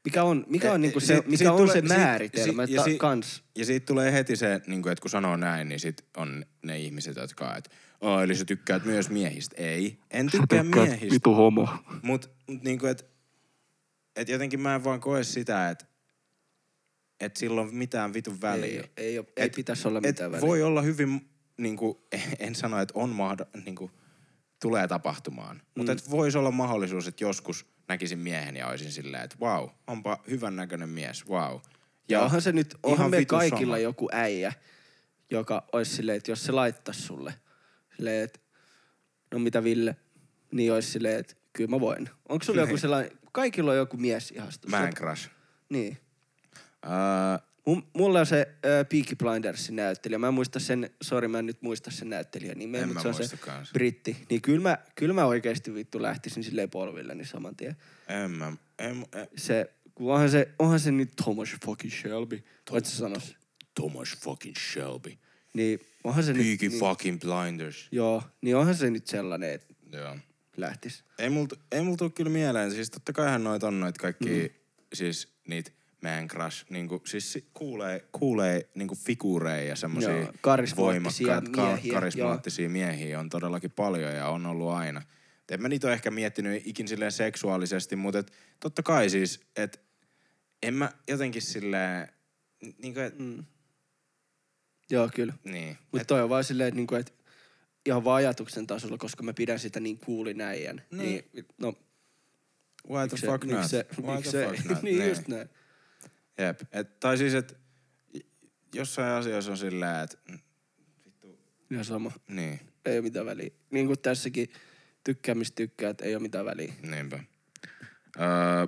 Mikä on, mikä on, Et- niinku se, sit- mikä sit on tulee- se sit- määritelmä sit- ja ta, sit- kans? Ja siitä tulee heti se, niinku, että kun sanoo näin, niin sit on ne ihmiset, jotka että oh, eli sä tykkäät myös miehistä. Ei, en tykkää miehistä. Vitu homo. Mut, mut niinku, että et jotenkin mä en vaan koe sitä, että et sillä on mitään vitun väliä. Ei, ei, ei, ei pitäisi olla mitään väliä. Voi olla hyvin, niinku, en sano, että on mahdo, niinku, tulee tapahtumaan. Mm. Mutta et voisi olla mahdollisuus, että joskus näkisin miehen ja olisin silleen, että vau, wow, onpa hyvän näköinen mies, vau. Wow. Ja onhan se nyt, onhan me vitun kaikilla sama. joku äijä, joka olisi silleen, että jos se laittaisi sulle, silleen, että no mitä Ville, niin olisi silleen, että kyllä mä voin. Onko sulla joku sellainen, kaikilla on joku mies ihastus. Man crush. Niin. Uh, M- mulla on se äh, Peaky Blindersin näyttelijä. Mä en muista sen, sori mä en nyt muista sen näyttelijän nimeä, En mutta mä se on se muista kans. britti. Niin kyllä mä, kyllä mä oikeesti vittu lähtisin silleen polvilleni saman tien. en mä, en, en, Se, kun onhan se, onhan se nyt Thomas fucking Shelby. Voit sä sanoa se? Thomas fucking Shelby. Niin, onhan se Peaky nyt... Niin, fucking Blinders. joo, niin onhan se nyt sellainen, että Joo. lähtis. Ei multa, ei multa tuu kyllä mieleen. Siis totta kaihan noit on noit kaikki, mm. siis niitä man crush, niinku, siis si- kuulee, kuulee niinku figuureja ja semmosia Joo, karismaattisia voimakkaat, miehiä, ka- karismaattisia miehiä on todellakin paljon ja on ollut aina. En mä niitä ole ehkä miettinyt ikin silleen seksuaalisesti, mutta et, totta kai siis, että en mä jotenkin silleen, niinku et, Mm. Joo, kyllä. niin. Mutta toi on vaan silleen, että niinku, et ihan vaan ajatuksen tasolla, koska mä pidän sitä niin kuulin äijän. Niin. Niin, no, Why the miksi fuck se, not? miksi se, Why miksi the se, fuck not? niin just näin. Jep. Et, tai siis, että jossain asioissa on silleen, että Ihan sama. niin, Ei ole mitään väliä. Niin kuin tässäkin tykkäämistä tykkäät, ei ole mitään väliä. niinpä. Öö,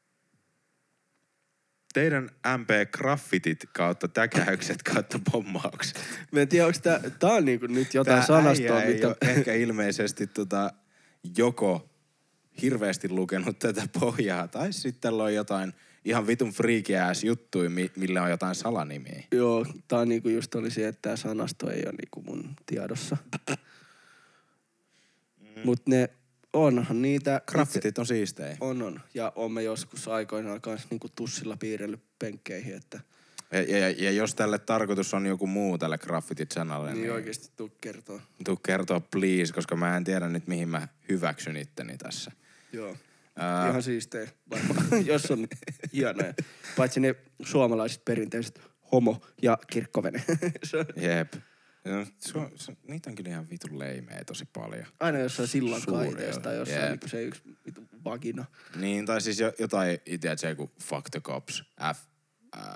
teidän M P-graffitit kautta täkäykset kautta pommaukset. Mä en tiedä, onko tää, tää on niinku nyt jotain Tää sanastoa, äijä ei mitä... oo ehkä ilmeisesti tota, joko hirveästi lukenut tätä pohjaa, tai sitten tällä on jotain ihan vitun freaky ass juttuja, mi- millä on jotain salanimiä. Joo, tää on niinku just oli se, että tää sanasto ei ole niinku mun tiedossa. Mm. Mut ne, onhan niitä... Graffitit on siistejä. On, on. Ja oon mä joskus aikoinaan kanssa niinku tussilla piirrellyt penkkeihin, että... Ja, ja, ja jos tälle tarkoitus on joku muu tälle graffitit-sanalle, Niin, niin, niin oikeesti tuu kertoo. tuu kertoa please, koska mä en tiedä nyt mihin mä hyväksyn itteni tässä. Joo. Ää, Ihan siistejä varmaan, jos on hienoja. Paitsi ne suomalaiset perinteiset homo ja kirkkovene. Se on Jep. No, se on, se, niitä on kyllä ihan vitun leimeä tosi paljon. aina jossain sillan Suuri kaiteessa on, tai jossain jep. niinku se yksi vitu vagina. Niin, tai siis jo, jotain, itse se joku fuck the cops, F, äh,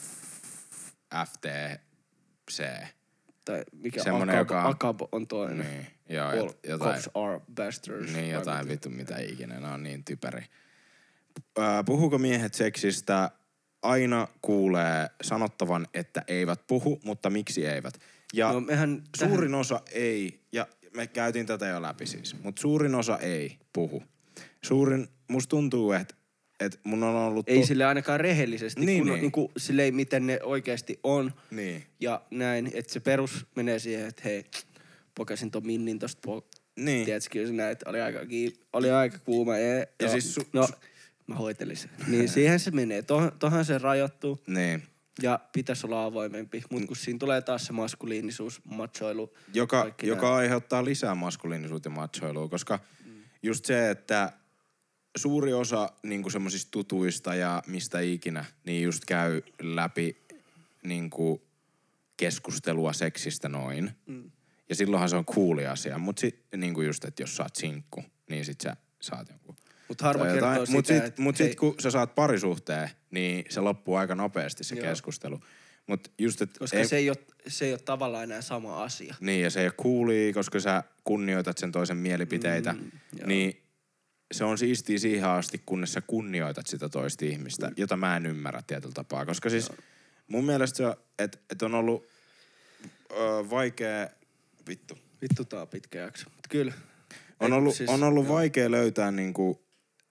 F T C. Tai mikä Semmonen, akab, joka on- akab on toinen. Niin, joo, All jot, jotain, cops are bastards. niin, vai jotain mitä. vitun mitä ikinä, ne on niin typeri. Äh, puhuuko miehet seksistä? Aina kuulee sanottavan, että eivät puhu, mutta miksi eivät? Ja No mehän suurin osa ei, ja me käytiin tätä jo läpi siis, mutta suurin osa ei puhu. Suurin, musta tuntuu, että et mun on ollut... Ei to- sille ainakaan rehellisesti, Niin, kun niin. On, niinku, silleen miten ne oikeasti on. Niin. Ja näin, että se perus menee siihen, että hei, pokasin ton minnin tosta po... Niin. Tiedätkö, kyllä sinä, että oli aika, kiin... oli aika kuuma. Ja, Ja joo. siis su- no, su- mä hoitelin sen. Niin siihen se menee. Toh, tohan se rajoittuu. Niin. Ja pitäisi olla avoimempi. Mutta kun siinä tulee taas se maskuliinisuus, machoilu. Joka, kaikki joka nää. aiheuttaa lisää maskuliinisuutta ja machoilua, koska mm. just se, että suuri osa niinku semmosista tutuista ja mistä ikinä, niin just käy läpi niinku keskustelua seksistä noin. Mm. Ja silloinhan se on cooli asia. Mut sit niinku just, että jos sä oot sinkku, niin sit sä saat jonkun. Mutta harva Tai kertoo jotain. sitä, Mut sit, että mut hei, sit kun sä saat parisuhteen, niin se loppuu aika nopeasti se Joo. keskustelu. Mut just, että koska se ei, ole, se ei ole tavallaan enää sama asia. niin, ja se ei ole coolia, koska sä kunnioitat sen toisen mielipiteitä. Mm, joo. niin se on siistiä siihen asti, kunnes sä kunnioitat sitä toista ihmistä, mm. jota mä en ymmärrä tietyllä tapaa. Koska siis joo. mun mielestä se, että et on ollut ö, vaikea... Vittu. Vittu tää on pitkä jakso. Mut kyllä. On Ei, ollut, siis, on ollut joo. vaikea löytää niinku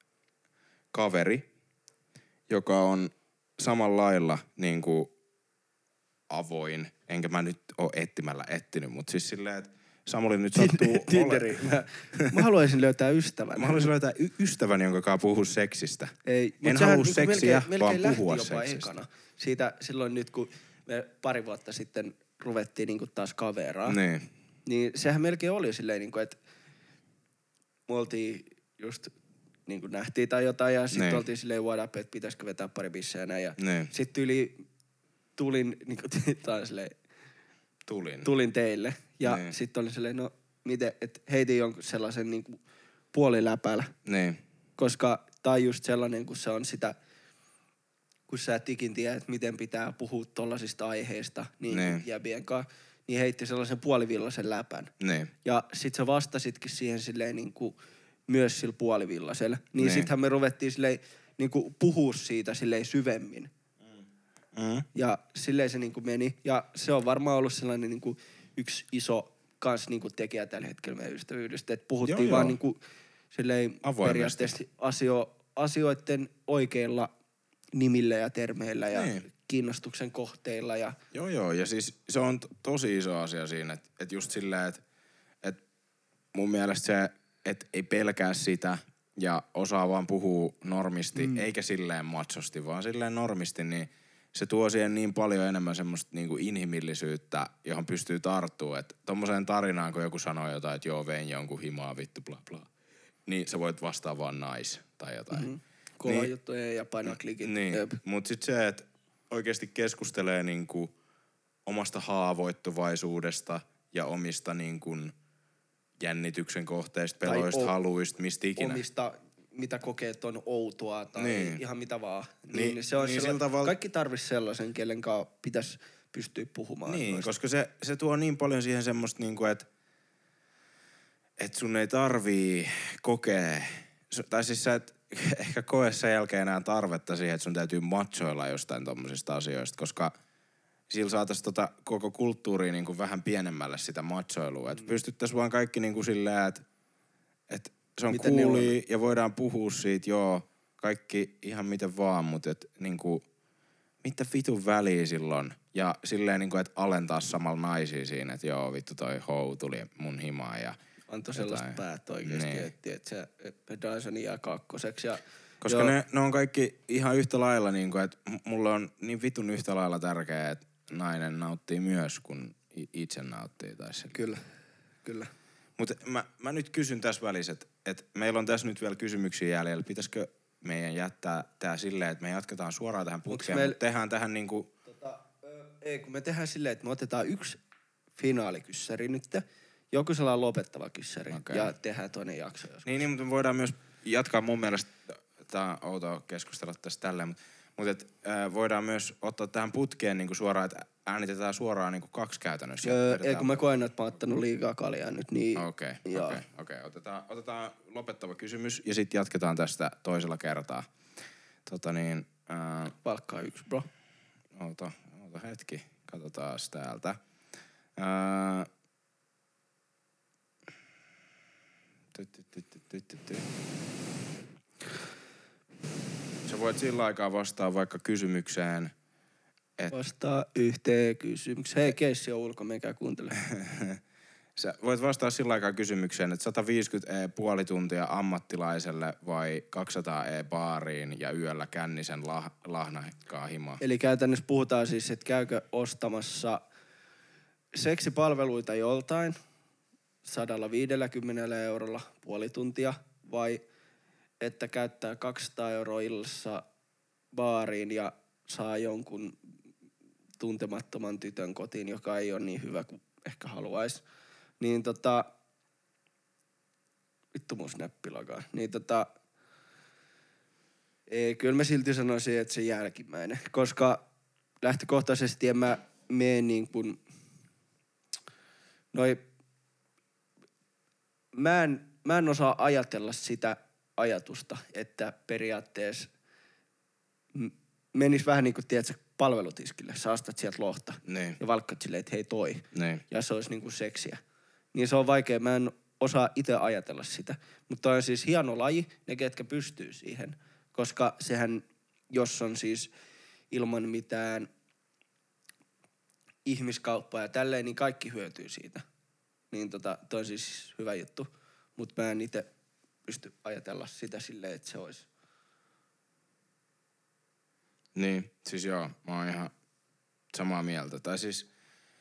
kaveri, joka on samalla lailla niinku avoin. Enkä mä nyt oo etsimällä etsinyt, mutta siis silleen, että Samuli nyt sattuu Tinderi. Mä, mä haluaisin löytää ystävän. Mä haluaisin löytää y- ystävän, jonka kanssa puhuu seksistä. Ei, en halua niinku seksiä, melkein, vaan melkein puhua seksistä. Ekana. Siitä silloin nyt, kun me pari vuotta sitten ruvettiin niinku taas kaveraa. Niin. Niin sehän melkein oli silleen, niinku, että me oltiin just niinku nähtiin tai jotain ja sitten oltiin silleen what up, että pitäisikö vetää pari bissejä näin. Ja sitten yli tulin, niinku taas silleen, tulin. tulin teille. Ja sitten oli silleen, no miten, että heitin jonkun sellaisen niinku puoliläpällä. Niin. Koska tää on just sellainen, kun se on sitä, kun sä et ikin tiedä, että miten pitää puhua tollasista aiheista niin, niin. jäbien kanssa, niin heitti sellaisen puolivillaisen läpän. Niin. Ja sit sä vastasitkin siihen silleen niinku myös sillä puolivillaisella. Niin, niin. Sittenhän me ruvettiin silleen niinku puhua siitä silleen syvemmin. Mm. Ja silleen se niinku meni. Ja se on varmaan ollut sellainen niinku yksi iso kans niinku tekijä tällä hetkellä meidän ystävyydestä. Että puhuttiin joo, vaan joo. niinku silleen periaatteessa asio, asioiden oikeilla nimillä ja termeillä ja niin. kiinnostuksen kohteilla. Ja joo, joo. Ja siis se on to- tosi iso asia siinä, että et just silleen, että et mun mielestä se, että ei pelkää sitä ja osaa vaan puhua normisti, mm. eikä silleen machosti, vaan silleen normisti, niin se tuo siihen niin paljon enemmän semmoista niinku inhimillisyyttä, johon pystyy tarttumaan. Että tommoseen tarinaan, kun joku sanoo jotain, että joo, vein jonkun himaa, vittu, bla bla, niin sä voit vastaa vaan nice tai jotain. Mm-hmm. Kova niin, juttuja ja painaa klikit. Niin, mut sit se, että oikeesti keskustelee niinku omasta haavoittuvaisuudesta ja omista niinku jännityksen kohteista, peloista, o- haluista, mistä ikinä. Omista, mitä kokee, että on outoa tai niin. ihan mitä vaan. Niin, niin se on niin sella- tavalla kaikki tarvitsisi sellaisen, kellen kanssa pitäisi pystyä puhumaan. Niin, noista. koska se, se tuo niin paljon siihen semmoista niinku, että et sun ei tarvii kokea, tai siis sä et ehkä koe sen jälkeen enää tarvetta siihen, että sun täytyy machoilla jostain tommosista asioista, koska sillä saataisiin tota koko kulttuuria niinku vähän pienemmälle sitä machoilua. Että mm. pystyttäisiin vaan kaikki niinku silleen, että et se on cooli ja voidaan puhua siitä, joo, kaikki ihan miten vaan, mutta et niinku, mitä vitun väliä silloin? Ja silleen niinku, että alentaa samalla naisia siinä, että joo, vittu toi hou tuli mun himaan ja antoi sellaista päät oikeesti, niin. että et se Dyson jää kakkoseksi. Ja koska ne, ne on kaikki ihan yhtä lailla, niinku, että mulle on niin vitun yhtä lailla tärkeää, että nainen nauttii myös, kun itse nauttii. Tai kyllä, kyllä. Mutta mä, mä nyt kysyn tässä välissä, että et meillä on tässä nyt vielä kysymyksiä jäljellä. Pitäisikö meidän jättää tää silleen, että me jatketaan suoraan tähän putkeen, meillä mutta tehdään tähän niinku Tota, ö, ei, kun me tehdään silleen, että me otetaan yksi finaalikyssäri nyt, joku sellainen lopettava kyssäri okay. ja tehdään toinen jakso joskus. Niin, niin, mutta me voidaan myös jatkaa mun mielestä, tää on outoa keskustella tästä tälleen, mutta, mutta et, äh, voidaan myös ottaa tähän putkeen niinku suoraan, että äänitetään suoraan niinku kaksi käytännössä. Öö, ei, kun mä koen, että mä oon ottanut liikaa kaljaa nyt, niin okei, okay, okei, okay, okay. otetaan, otetaan lopettava kysymys ja sitten jatketaan tästä toisella kertaa. Tota niin Äh, Palkkaa yksi, bro. Oota, oota hetki. Katsotaan täältä. Äh, ty, ty, ty, ty, ty, ty. Sä voit sillä aikaa vastaa vaikka kysymykseen. Et vastaa yhteen kysymykseen. Hei, keissi on ulko, menkää kuuntele. Sä voit vastaa sillä aikaa kysymykseen, että sata viisikymmentä euroa puoli tuntia ammattilaiselle vai kaksisataa euroa baariin ja yöllä kännisen lah, lahnakkaa himaa. Eli käytännössä puhutaan siis, että käykö ostamassa seksipalveluita joltain sata viisikymmentä eurolla puoli tuntia vai että käyttää kaksisataa euroa illassa baariin ja saa jonkun tuntemattoman tytön kotiin, joka ei ole niin hyvä kuin ehkä haluaisi. Niin tota, vittu mun snappilakaan. Niin tota, ei, kyllä mä silti sanoisin, että se jälkimmäinen. Koska lähtökohtaisesti en mä mene niin kuin, noi, mä en, mä en osaa ajatella sitä ajatusta, että periaatteessa menis vähän niin kuin, tiedätkö, palvelutiskille. Sä ostat sieltä lohta. Niin. Ja valkkat silleen, että hei toi. Niin. Ja se olisi niin kuin seksiä. Niin se on vaikea. Mä en osaa itse ajatella sitä. Mutta on siis hieno laji, ne ketkä pystyy siihen. Koska sehän, jos on siis ilman mitään ihmiskauppaa ja tälleen, niin kaikki hyötyy siitä. niin tota, toi on siis hyvä juttu. Mutta mä en itse pysty ajatella sitä silleen, että se olisi. Niin, siis joo, mä oon ihan samaa mieltä. Tai siis,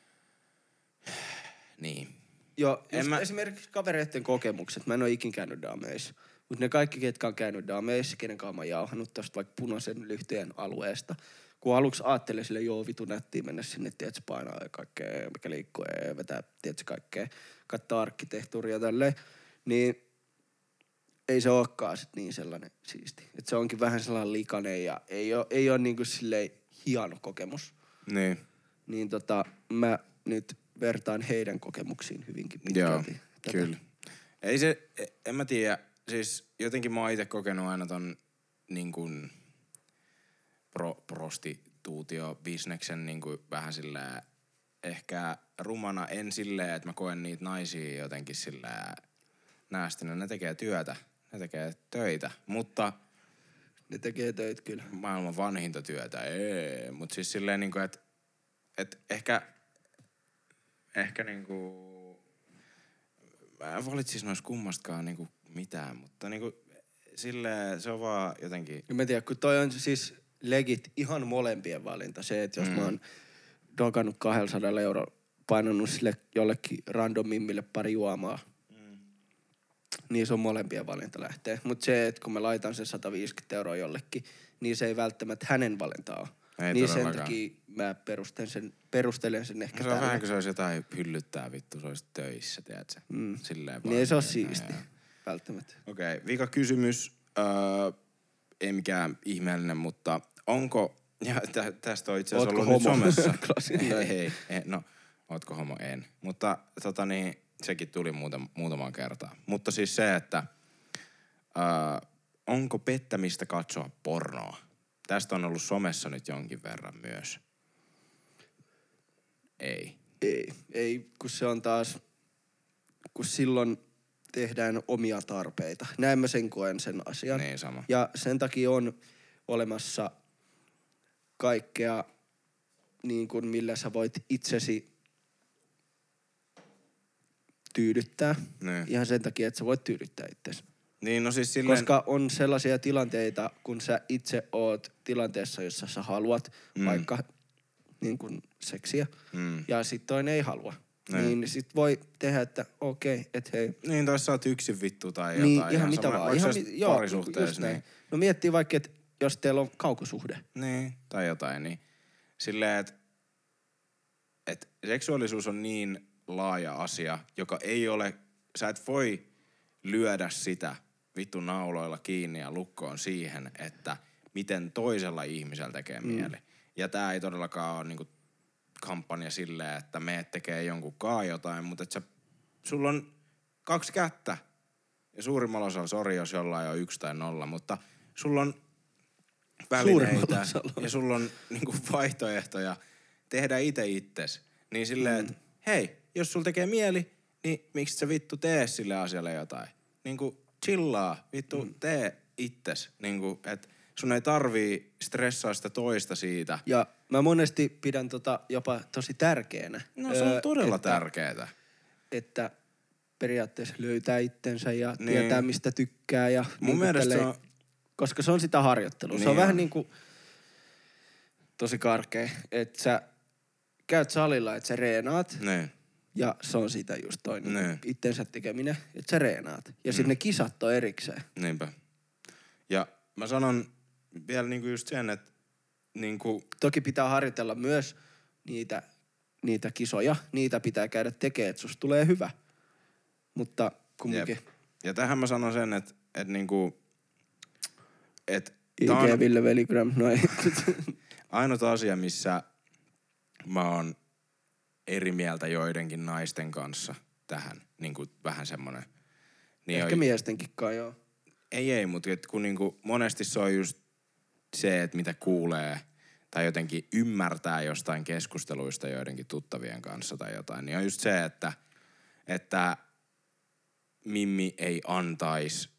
niin. Joo, En mä... esimerkiksi kavereiden kokemukset. Mä en ole ikin käynyt daameissa. Mutta ne kaikki, ketkä on käynyt daameissa, kenen kanssa mä oon jauhannut tosta vaikka punaisen lyhteen alueesta. Kun aluksi ajattelin sille, joo vitu nättiin mennä sinne, tiedätkö, painaa ja kaikkea, mikä liikkuu ja vetää, tiedätkö, kaikkea, katsoa arkkitehtuuria ja tälleen. Niin ei se olekaan sit niin sellainen siisti. Et se onkin vähän sellainen likainen ja ei ole, ei ole niinku silleen hieno kokemus. Niin. Niin tota, mä nyt vertaan heidän kokemuksiin hyvinkin pitkälti. Joo, tätä. Kyllä. Ei se, en mä tiedä, siis jotenkin mä oon ite kokenut aina ton niin kuin pro, prostituutio-bisneksen niin kuin vähän silleen ehkä rumana, en silleen, että mä koen niitä naisia jotenkin silleen näästinä. Ne tekee työtä, ne tekee töitä, mutta... Ne tekee töitä kyllä. Maailman vanhinta työtä, ei. Mut siis silleen niinku, että et ehkä... Ehkä niinku... Mä en valitsis nois kummastakaan niinku mitään, mutta niinku silleen se on vaan jotenkin... No mä tiedän, kun toi on siis legit ihan molempien valinta. Se, että jos mm. mä oon dokannut kaksisataa euroa, painanut sille jollekin random mimmille pari juomaa, mm. niin se on molempien valinta lähtee. Mutta se, että kun mä laitan sen sata viisikymmentä euroa jollekin, niin se ei välttämättä hänen valintaa ole. Ei niin sen takia mä perustelen sen, perustelen sen ehkä se on vähän kuin se olisi jotain hyllyttää vittu, se olisi töissä, tiedätkö? Mm. Silleen niin ei se ole siisti, välttämättä. Okei, okay, vika kysymys. Öö, ei mikään ihmeellinen, mutta onko, ja tä, tästä on itse asiassa ollut homo? Nyt somessa. No ei, ei, no, ootko homo? En. Mutta tota niin, sekin tuli muutam, muutamaan kertaan. Mutta siis se, että öö, onko pettämistä katsoa pornoa? Tästä on ollut somessa nyt jonkin verran myös. Ei. Ei, ei, kun se on taas, kun silloin tehdään omia tarpeita. Näin mä sen koen sen asian. Niin, sama. Ja sen takia on olemassa kaikkea, niin kuin millä sä voit itsesi tyydyttää. Niin. Ihan sen takia, että sä voit tyydyttää itsesi. Niin, no siis silleen... Koska on sellaisia tilanteita, kun sä itse oot tilanteessa, jossa sä haluat mm. vaikka niin kuin seksiä, mm. ja sit toinen ei halua. Ne. Niin sit voi tehdä, että okei, okay, et hei. Niin, tai sä oot yksin vittu tai jotain. Niin, ihan, ihan mitä sama, vaan. Ihan mi- joo, parisuhteessa, niin. No miettii vaikka, että jos teillä on kaukosuhde. Niin, tai jotain, niin. Silleen, että et seksuaalisuus on niin laaja asia, joka ei ole, sä et voi lyödä sitä vittu nauloilla kiinni ja lukkoon siihen, että miten toisella ihmisellä tekee mm. mieli. Ja tää ei todellakaan ole niinku kampanja silleen, että meet tekee jonkun kaa jotain, mutta et sä, sulla on kaksi kättä. Ja suurimmalla osalla, sori jos jollain on yksi tai nolla, mutta sulla on välineitä ja sulla on niinku vaihtoehtoja tehdä itse itses. Niin silleen, mm. että hei, jos sulla tekee mieli, niin miksi sä vittu tee sille asialle jotain? Niinku chillaa, vittu mm. tee itses. Niinku, että sun ei tarvii stressaa sitä toista siitä. Ja mä monesti pidän tota jopa tosi tärkeänä. No se on öö, todella että, tärkeetä. Että periaatteessa löytää itsensä ja niin. tietää mistä tykkää. Ja mun niin mielestä se on... Koska se on sitä harjoittelua. Niin se on, on vähän niinku tosi karkea, että sä käyt salilla, että sä reenaat. Niin. Ja se on sitä just toi niin itsensä tekeminen, että sä reenaat. Ja sitten mm. ne kisat on erikseen. Niinpä. Ja mä sanon vielä niinku just sen, että niinku... Toki pitää harjoitella myös niitä, niitä kisoja. Niitä pitää käydä tekemään, että susta tulee hyvä. Mutta kumminkin. Jep. Ja tähän mä sanon sen, että et niinku... Et I G on... Ville Veligram, no ei. Ainut asia, missä mä oon eri mieltä joidenkin naisten kanssa tähän, niinku vähän semmonen... Niin Ehkä on... miestenkin kai, joo. Ei, ei, mutta kun niinku monesti se on just se, että mitä kuulee tai jotenkin ymmärtää jostain keskusteluista joidenkin tuttavien kanssa tai jotain, niin on just se, että, että Mimmi ei antaisi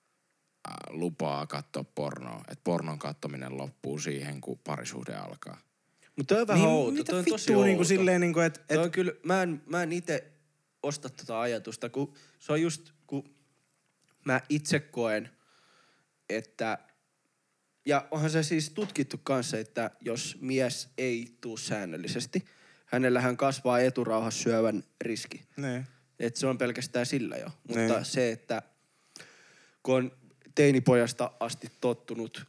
lupaa katsoa pornoa. Että pornon katsominen loppuu siihen, kun parisuhde alkaa. Mutta toi on vähän niin, outo. Mitä toi on vittua tosi outo. Niinku silleen niinku, että... Et... Toi on kyllä, mä en, mä en ite osta tota ajatusta, kun se on just, kun mä itse koen, että, ja onhan se siis tutkittu kanssa, että jos mies ei tuu säännöllisesti, hänellähän kasvaa eturauhassyövän riski. Ne. Että se on pelkästään sillä jo. Mutta Ne. se, että kun on teinipojasta asti tottunut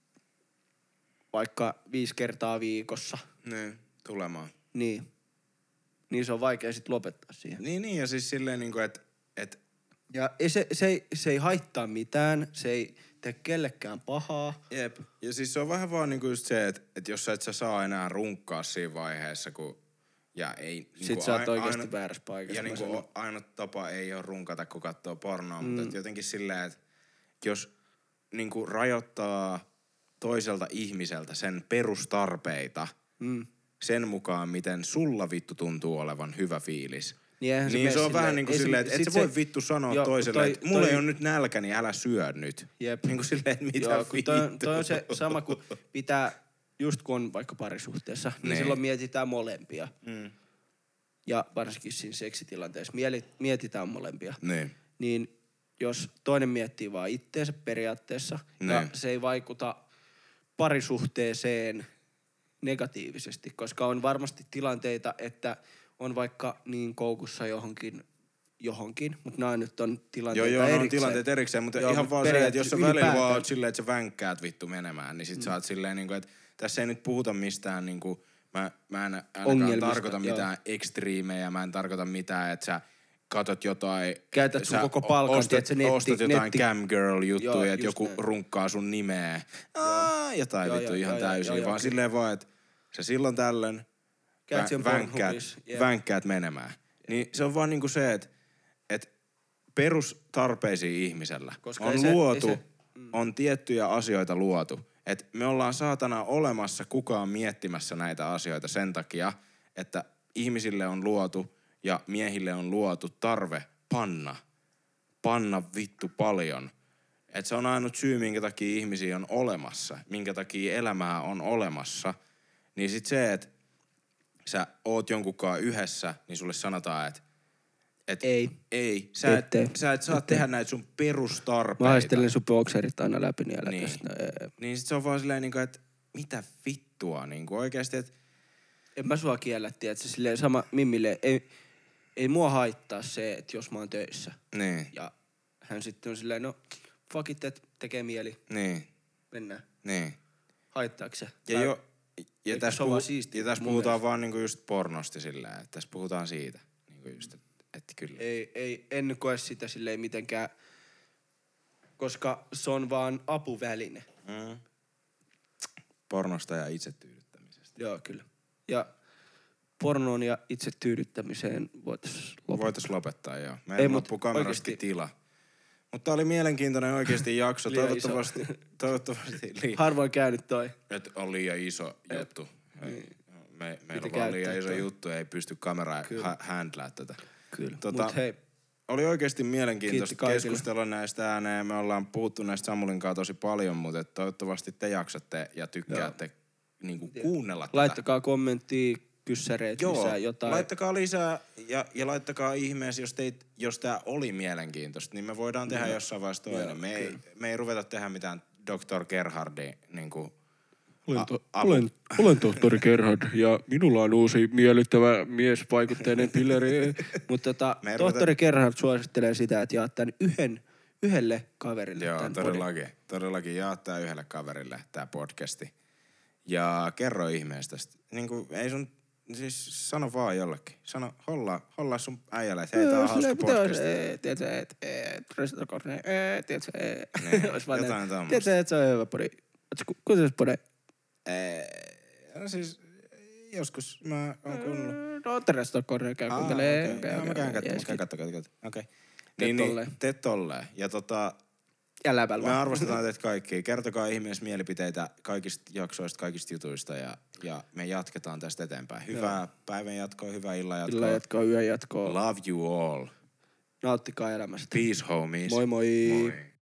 vaikka viisi kertaa viikossa, Ne. Tulemaan. niin, niin se on vaikea sitten lopettaa siihen. Niin, niin ja siis silleen niinku, että et, Ja ei se, se, ei, se ei haittaa mitään, se ei tee kellekään pahaa. jep. Ja siis se on vähän vaan niinku just se, että et jos sä et sä saa enää runkkaa siinä vaiheessa, kun ja ei... Niinku Sitten sä oot ai- oikeasti aino- väärässä paikassa. Ja mä niinku sanon. o- ainut tapa ei ole runkata, kun katsoo pornoa, mm. mutta et jotenkin silleen, että jos niinku rajoittaa toiselta ihmiseltä sen perustarpeita Mm. sen mukaan, miten sulla vittu tuntuu olevan hyvä fiilis. Niin, eihän se Niin mene se on silleen- vähän niinku ei se- silleen, että et sit sä se- voi vittu sanoa Joo, toiselle, toi- että mulla toi- ei ole nyt nälkä, niin älä syö nyt. Jep. Niinku silleen, että mitä Joo, kun vittu. toi, on- toi on se sama kuin pitää, just kun on vaikka parisuhteessa, niin, Niin. silloin mietitään molempia. Mm. Ja varsinkin siinä seksitilanteessa mieli- mietitään molempia. Niin. Niin jos toinen miettii vaan itteensä periaatteessa, ja Niin. se ei vaikuta parisuhteeseen negatiivisesti, koska on varmasti tilanteita, että on vaikka niin koukussa johonkin, johonkin, mutta nämä nyt on Joo, tilanteita joo, ne on erikseen. tilanteet erikseen, mutta Joo, ihan mut vaan se, että jos sä välillä ylipäätään- vaan oot silleen, että sä vänkkäät vittu menemään, niin sit mm. sä oot silleen niinku, että tässä ei nyt puhuta mistään niinku, mä, mä en ainakaan Ongelmista, tarkoita joo. mitään ekstriimejä, mä en tarkoita mitään, että sä katot jotain... Käytät sun sä koko palkan, ostat, tiedätkö, netti- ostat jotain netti- camgirl-juttuja, Joo, että just joku näin. runkkaa sun nimeä. Aa, jotain Joo, vittu joo, ihan joo, täysin, joo, joo, vaan kyllä. silleen vaan, että sä silloin tällöin Käyt vä- sen vänkkäät, Pornhubissa, jep. vänkkäät menemään. Niin se on vaan niinku se, että et perustarpeisiin ihmisellä Koska on ei se- luotu, ei se- mm. on tiettyjä asioita luotu. Et me ollaan saatana olemassa kukaan miettimässä näitä asioita sen takia, että ihmisille on luotu ja miehille on luotu tarve panna. Panna vittu paljon. Et se on ainut syy, minkä takia ihmisiä on olemassa, minkä takia elämää on olemassa. Niin sit se, että sä oot jonkunkaan yhdessä, niin sulle sanotaan, että et, Ei. Ei. Sä et, Et tee. sä et saa Et tee. tehdä näitä sun perustarpeita. Mä haistelen sun bokserit aina läpi, niin älä Niin. tästä. Ei. Niin sit se on vaan silleen niinku, että mitä vittua niinku oikeesti, että En mä sua kiellä, tiedätkö, silleen sama Mimmille. Ei, ei mua haittaa se, että jos mä oon töissä. niin, Ja hän sitten on silleen, no fuck it, et tekee mieli, niin, mennään. niin. Haittaako se? Ja, Mä- jo, ja Eikö tässä, se ole puhu, vaan siistiä ja tässä mun puhutaan mielestä? vaan niinku just pornosti silleen, että tässä puhutaan siitä. Niinku just, että et kyllä. Ei, ei, en koe sitä silleen mitenkään, koska se on vaan apuväline. Mm. Pornosta ja itsetyydyttämisestä. Joo, kyllä. Ja pornoon ja itse tyydyttämiseen voitaisiin lopettaa. Voitais lopettaa, joo. Ei, Meidän mut loppu kamerastakin oikeesti- tila. Mutta tää oli mielenkiintoinen oikeesti jakso. Liian Toivottavasti, toivottavasti li, Harvoin käynyt toi. et on liian iso juttu. Niin. Me, meillä Piti on vaan liian käyttää iso toi. juttu, ei pysty kameraa Kyllä. ha- handlaa tätä. Kyllä. Tota, Mut hei, Oli oikeasti mielenkiintoista Kiitti kaikille. keskustella näistä ääneen. Me ollaan puhuttu näistä Samulin kanssa tosi paljon, mutta et toivottavasti te jaksatte ja tykkäätte niinku kuunnella tätä. laittakaa kommenttia, kyssäreitä, Joo, lisää jotain. laittakaa lisää ja, ja laittakaa ihmeessä, jos, teit, jos tää oli mielenkiintoista, niin me voidaan tehdä Joo. jossain vaiheessa toinen. Joo, Me ei, me ei ruveta tehdä mitään doktor Gerhardin niinku... Olen, to- A- apu. olen, olen tohtori Gerhard ja minulla on uusi miellyttävä miesvaikutteinen pilleri. Mutta tota, Me ei tohtori Gerhard suosittelee sitä, että jaat tän yhden, yhdelle kaverille Joo, tän todellakin. Todellakin jaa tää yhdelle kaverille tää podcasti. Ja kerro ihmeestä tästä. Niinku, ei sun... Siis sano vaan jollekin. Sano, holla, holla sun äijälle, että hei, tää on hauska podcast. Tiedätkö, että Restakorne, tiedätkö, Niin, olisi vaan jotain näin. tommoista. Tiedätkö, että se on hyvä podi. Ootko kuuntelis podi? Ee, no siis, joskus mä oon kuunnellut. No, Restakorne käy kuuntelee. okei. Joo, mä käyn katsomaan, mä käyn katsomaan, katsomaan. Okei. Niin, tolleen. niin, teet tolleen. Ja tota, Ja läpäl me vaan. arvostetaan teitä kaikkia. Kertokaa ihmeessä mielipiteitä kaikista jaksoista, kaikista jutuista ja, ja me jatketaan tästä eteenpäin. Hyvää päivän jatkoa, hyvää illan jatkoa. Illan jatkoa, yön jatkoa. Love you all. Nauttikaa elämästä. Peace homies. Moi moi. Moi.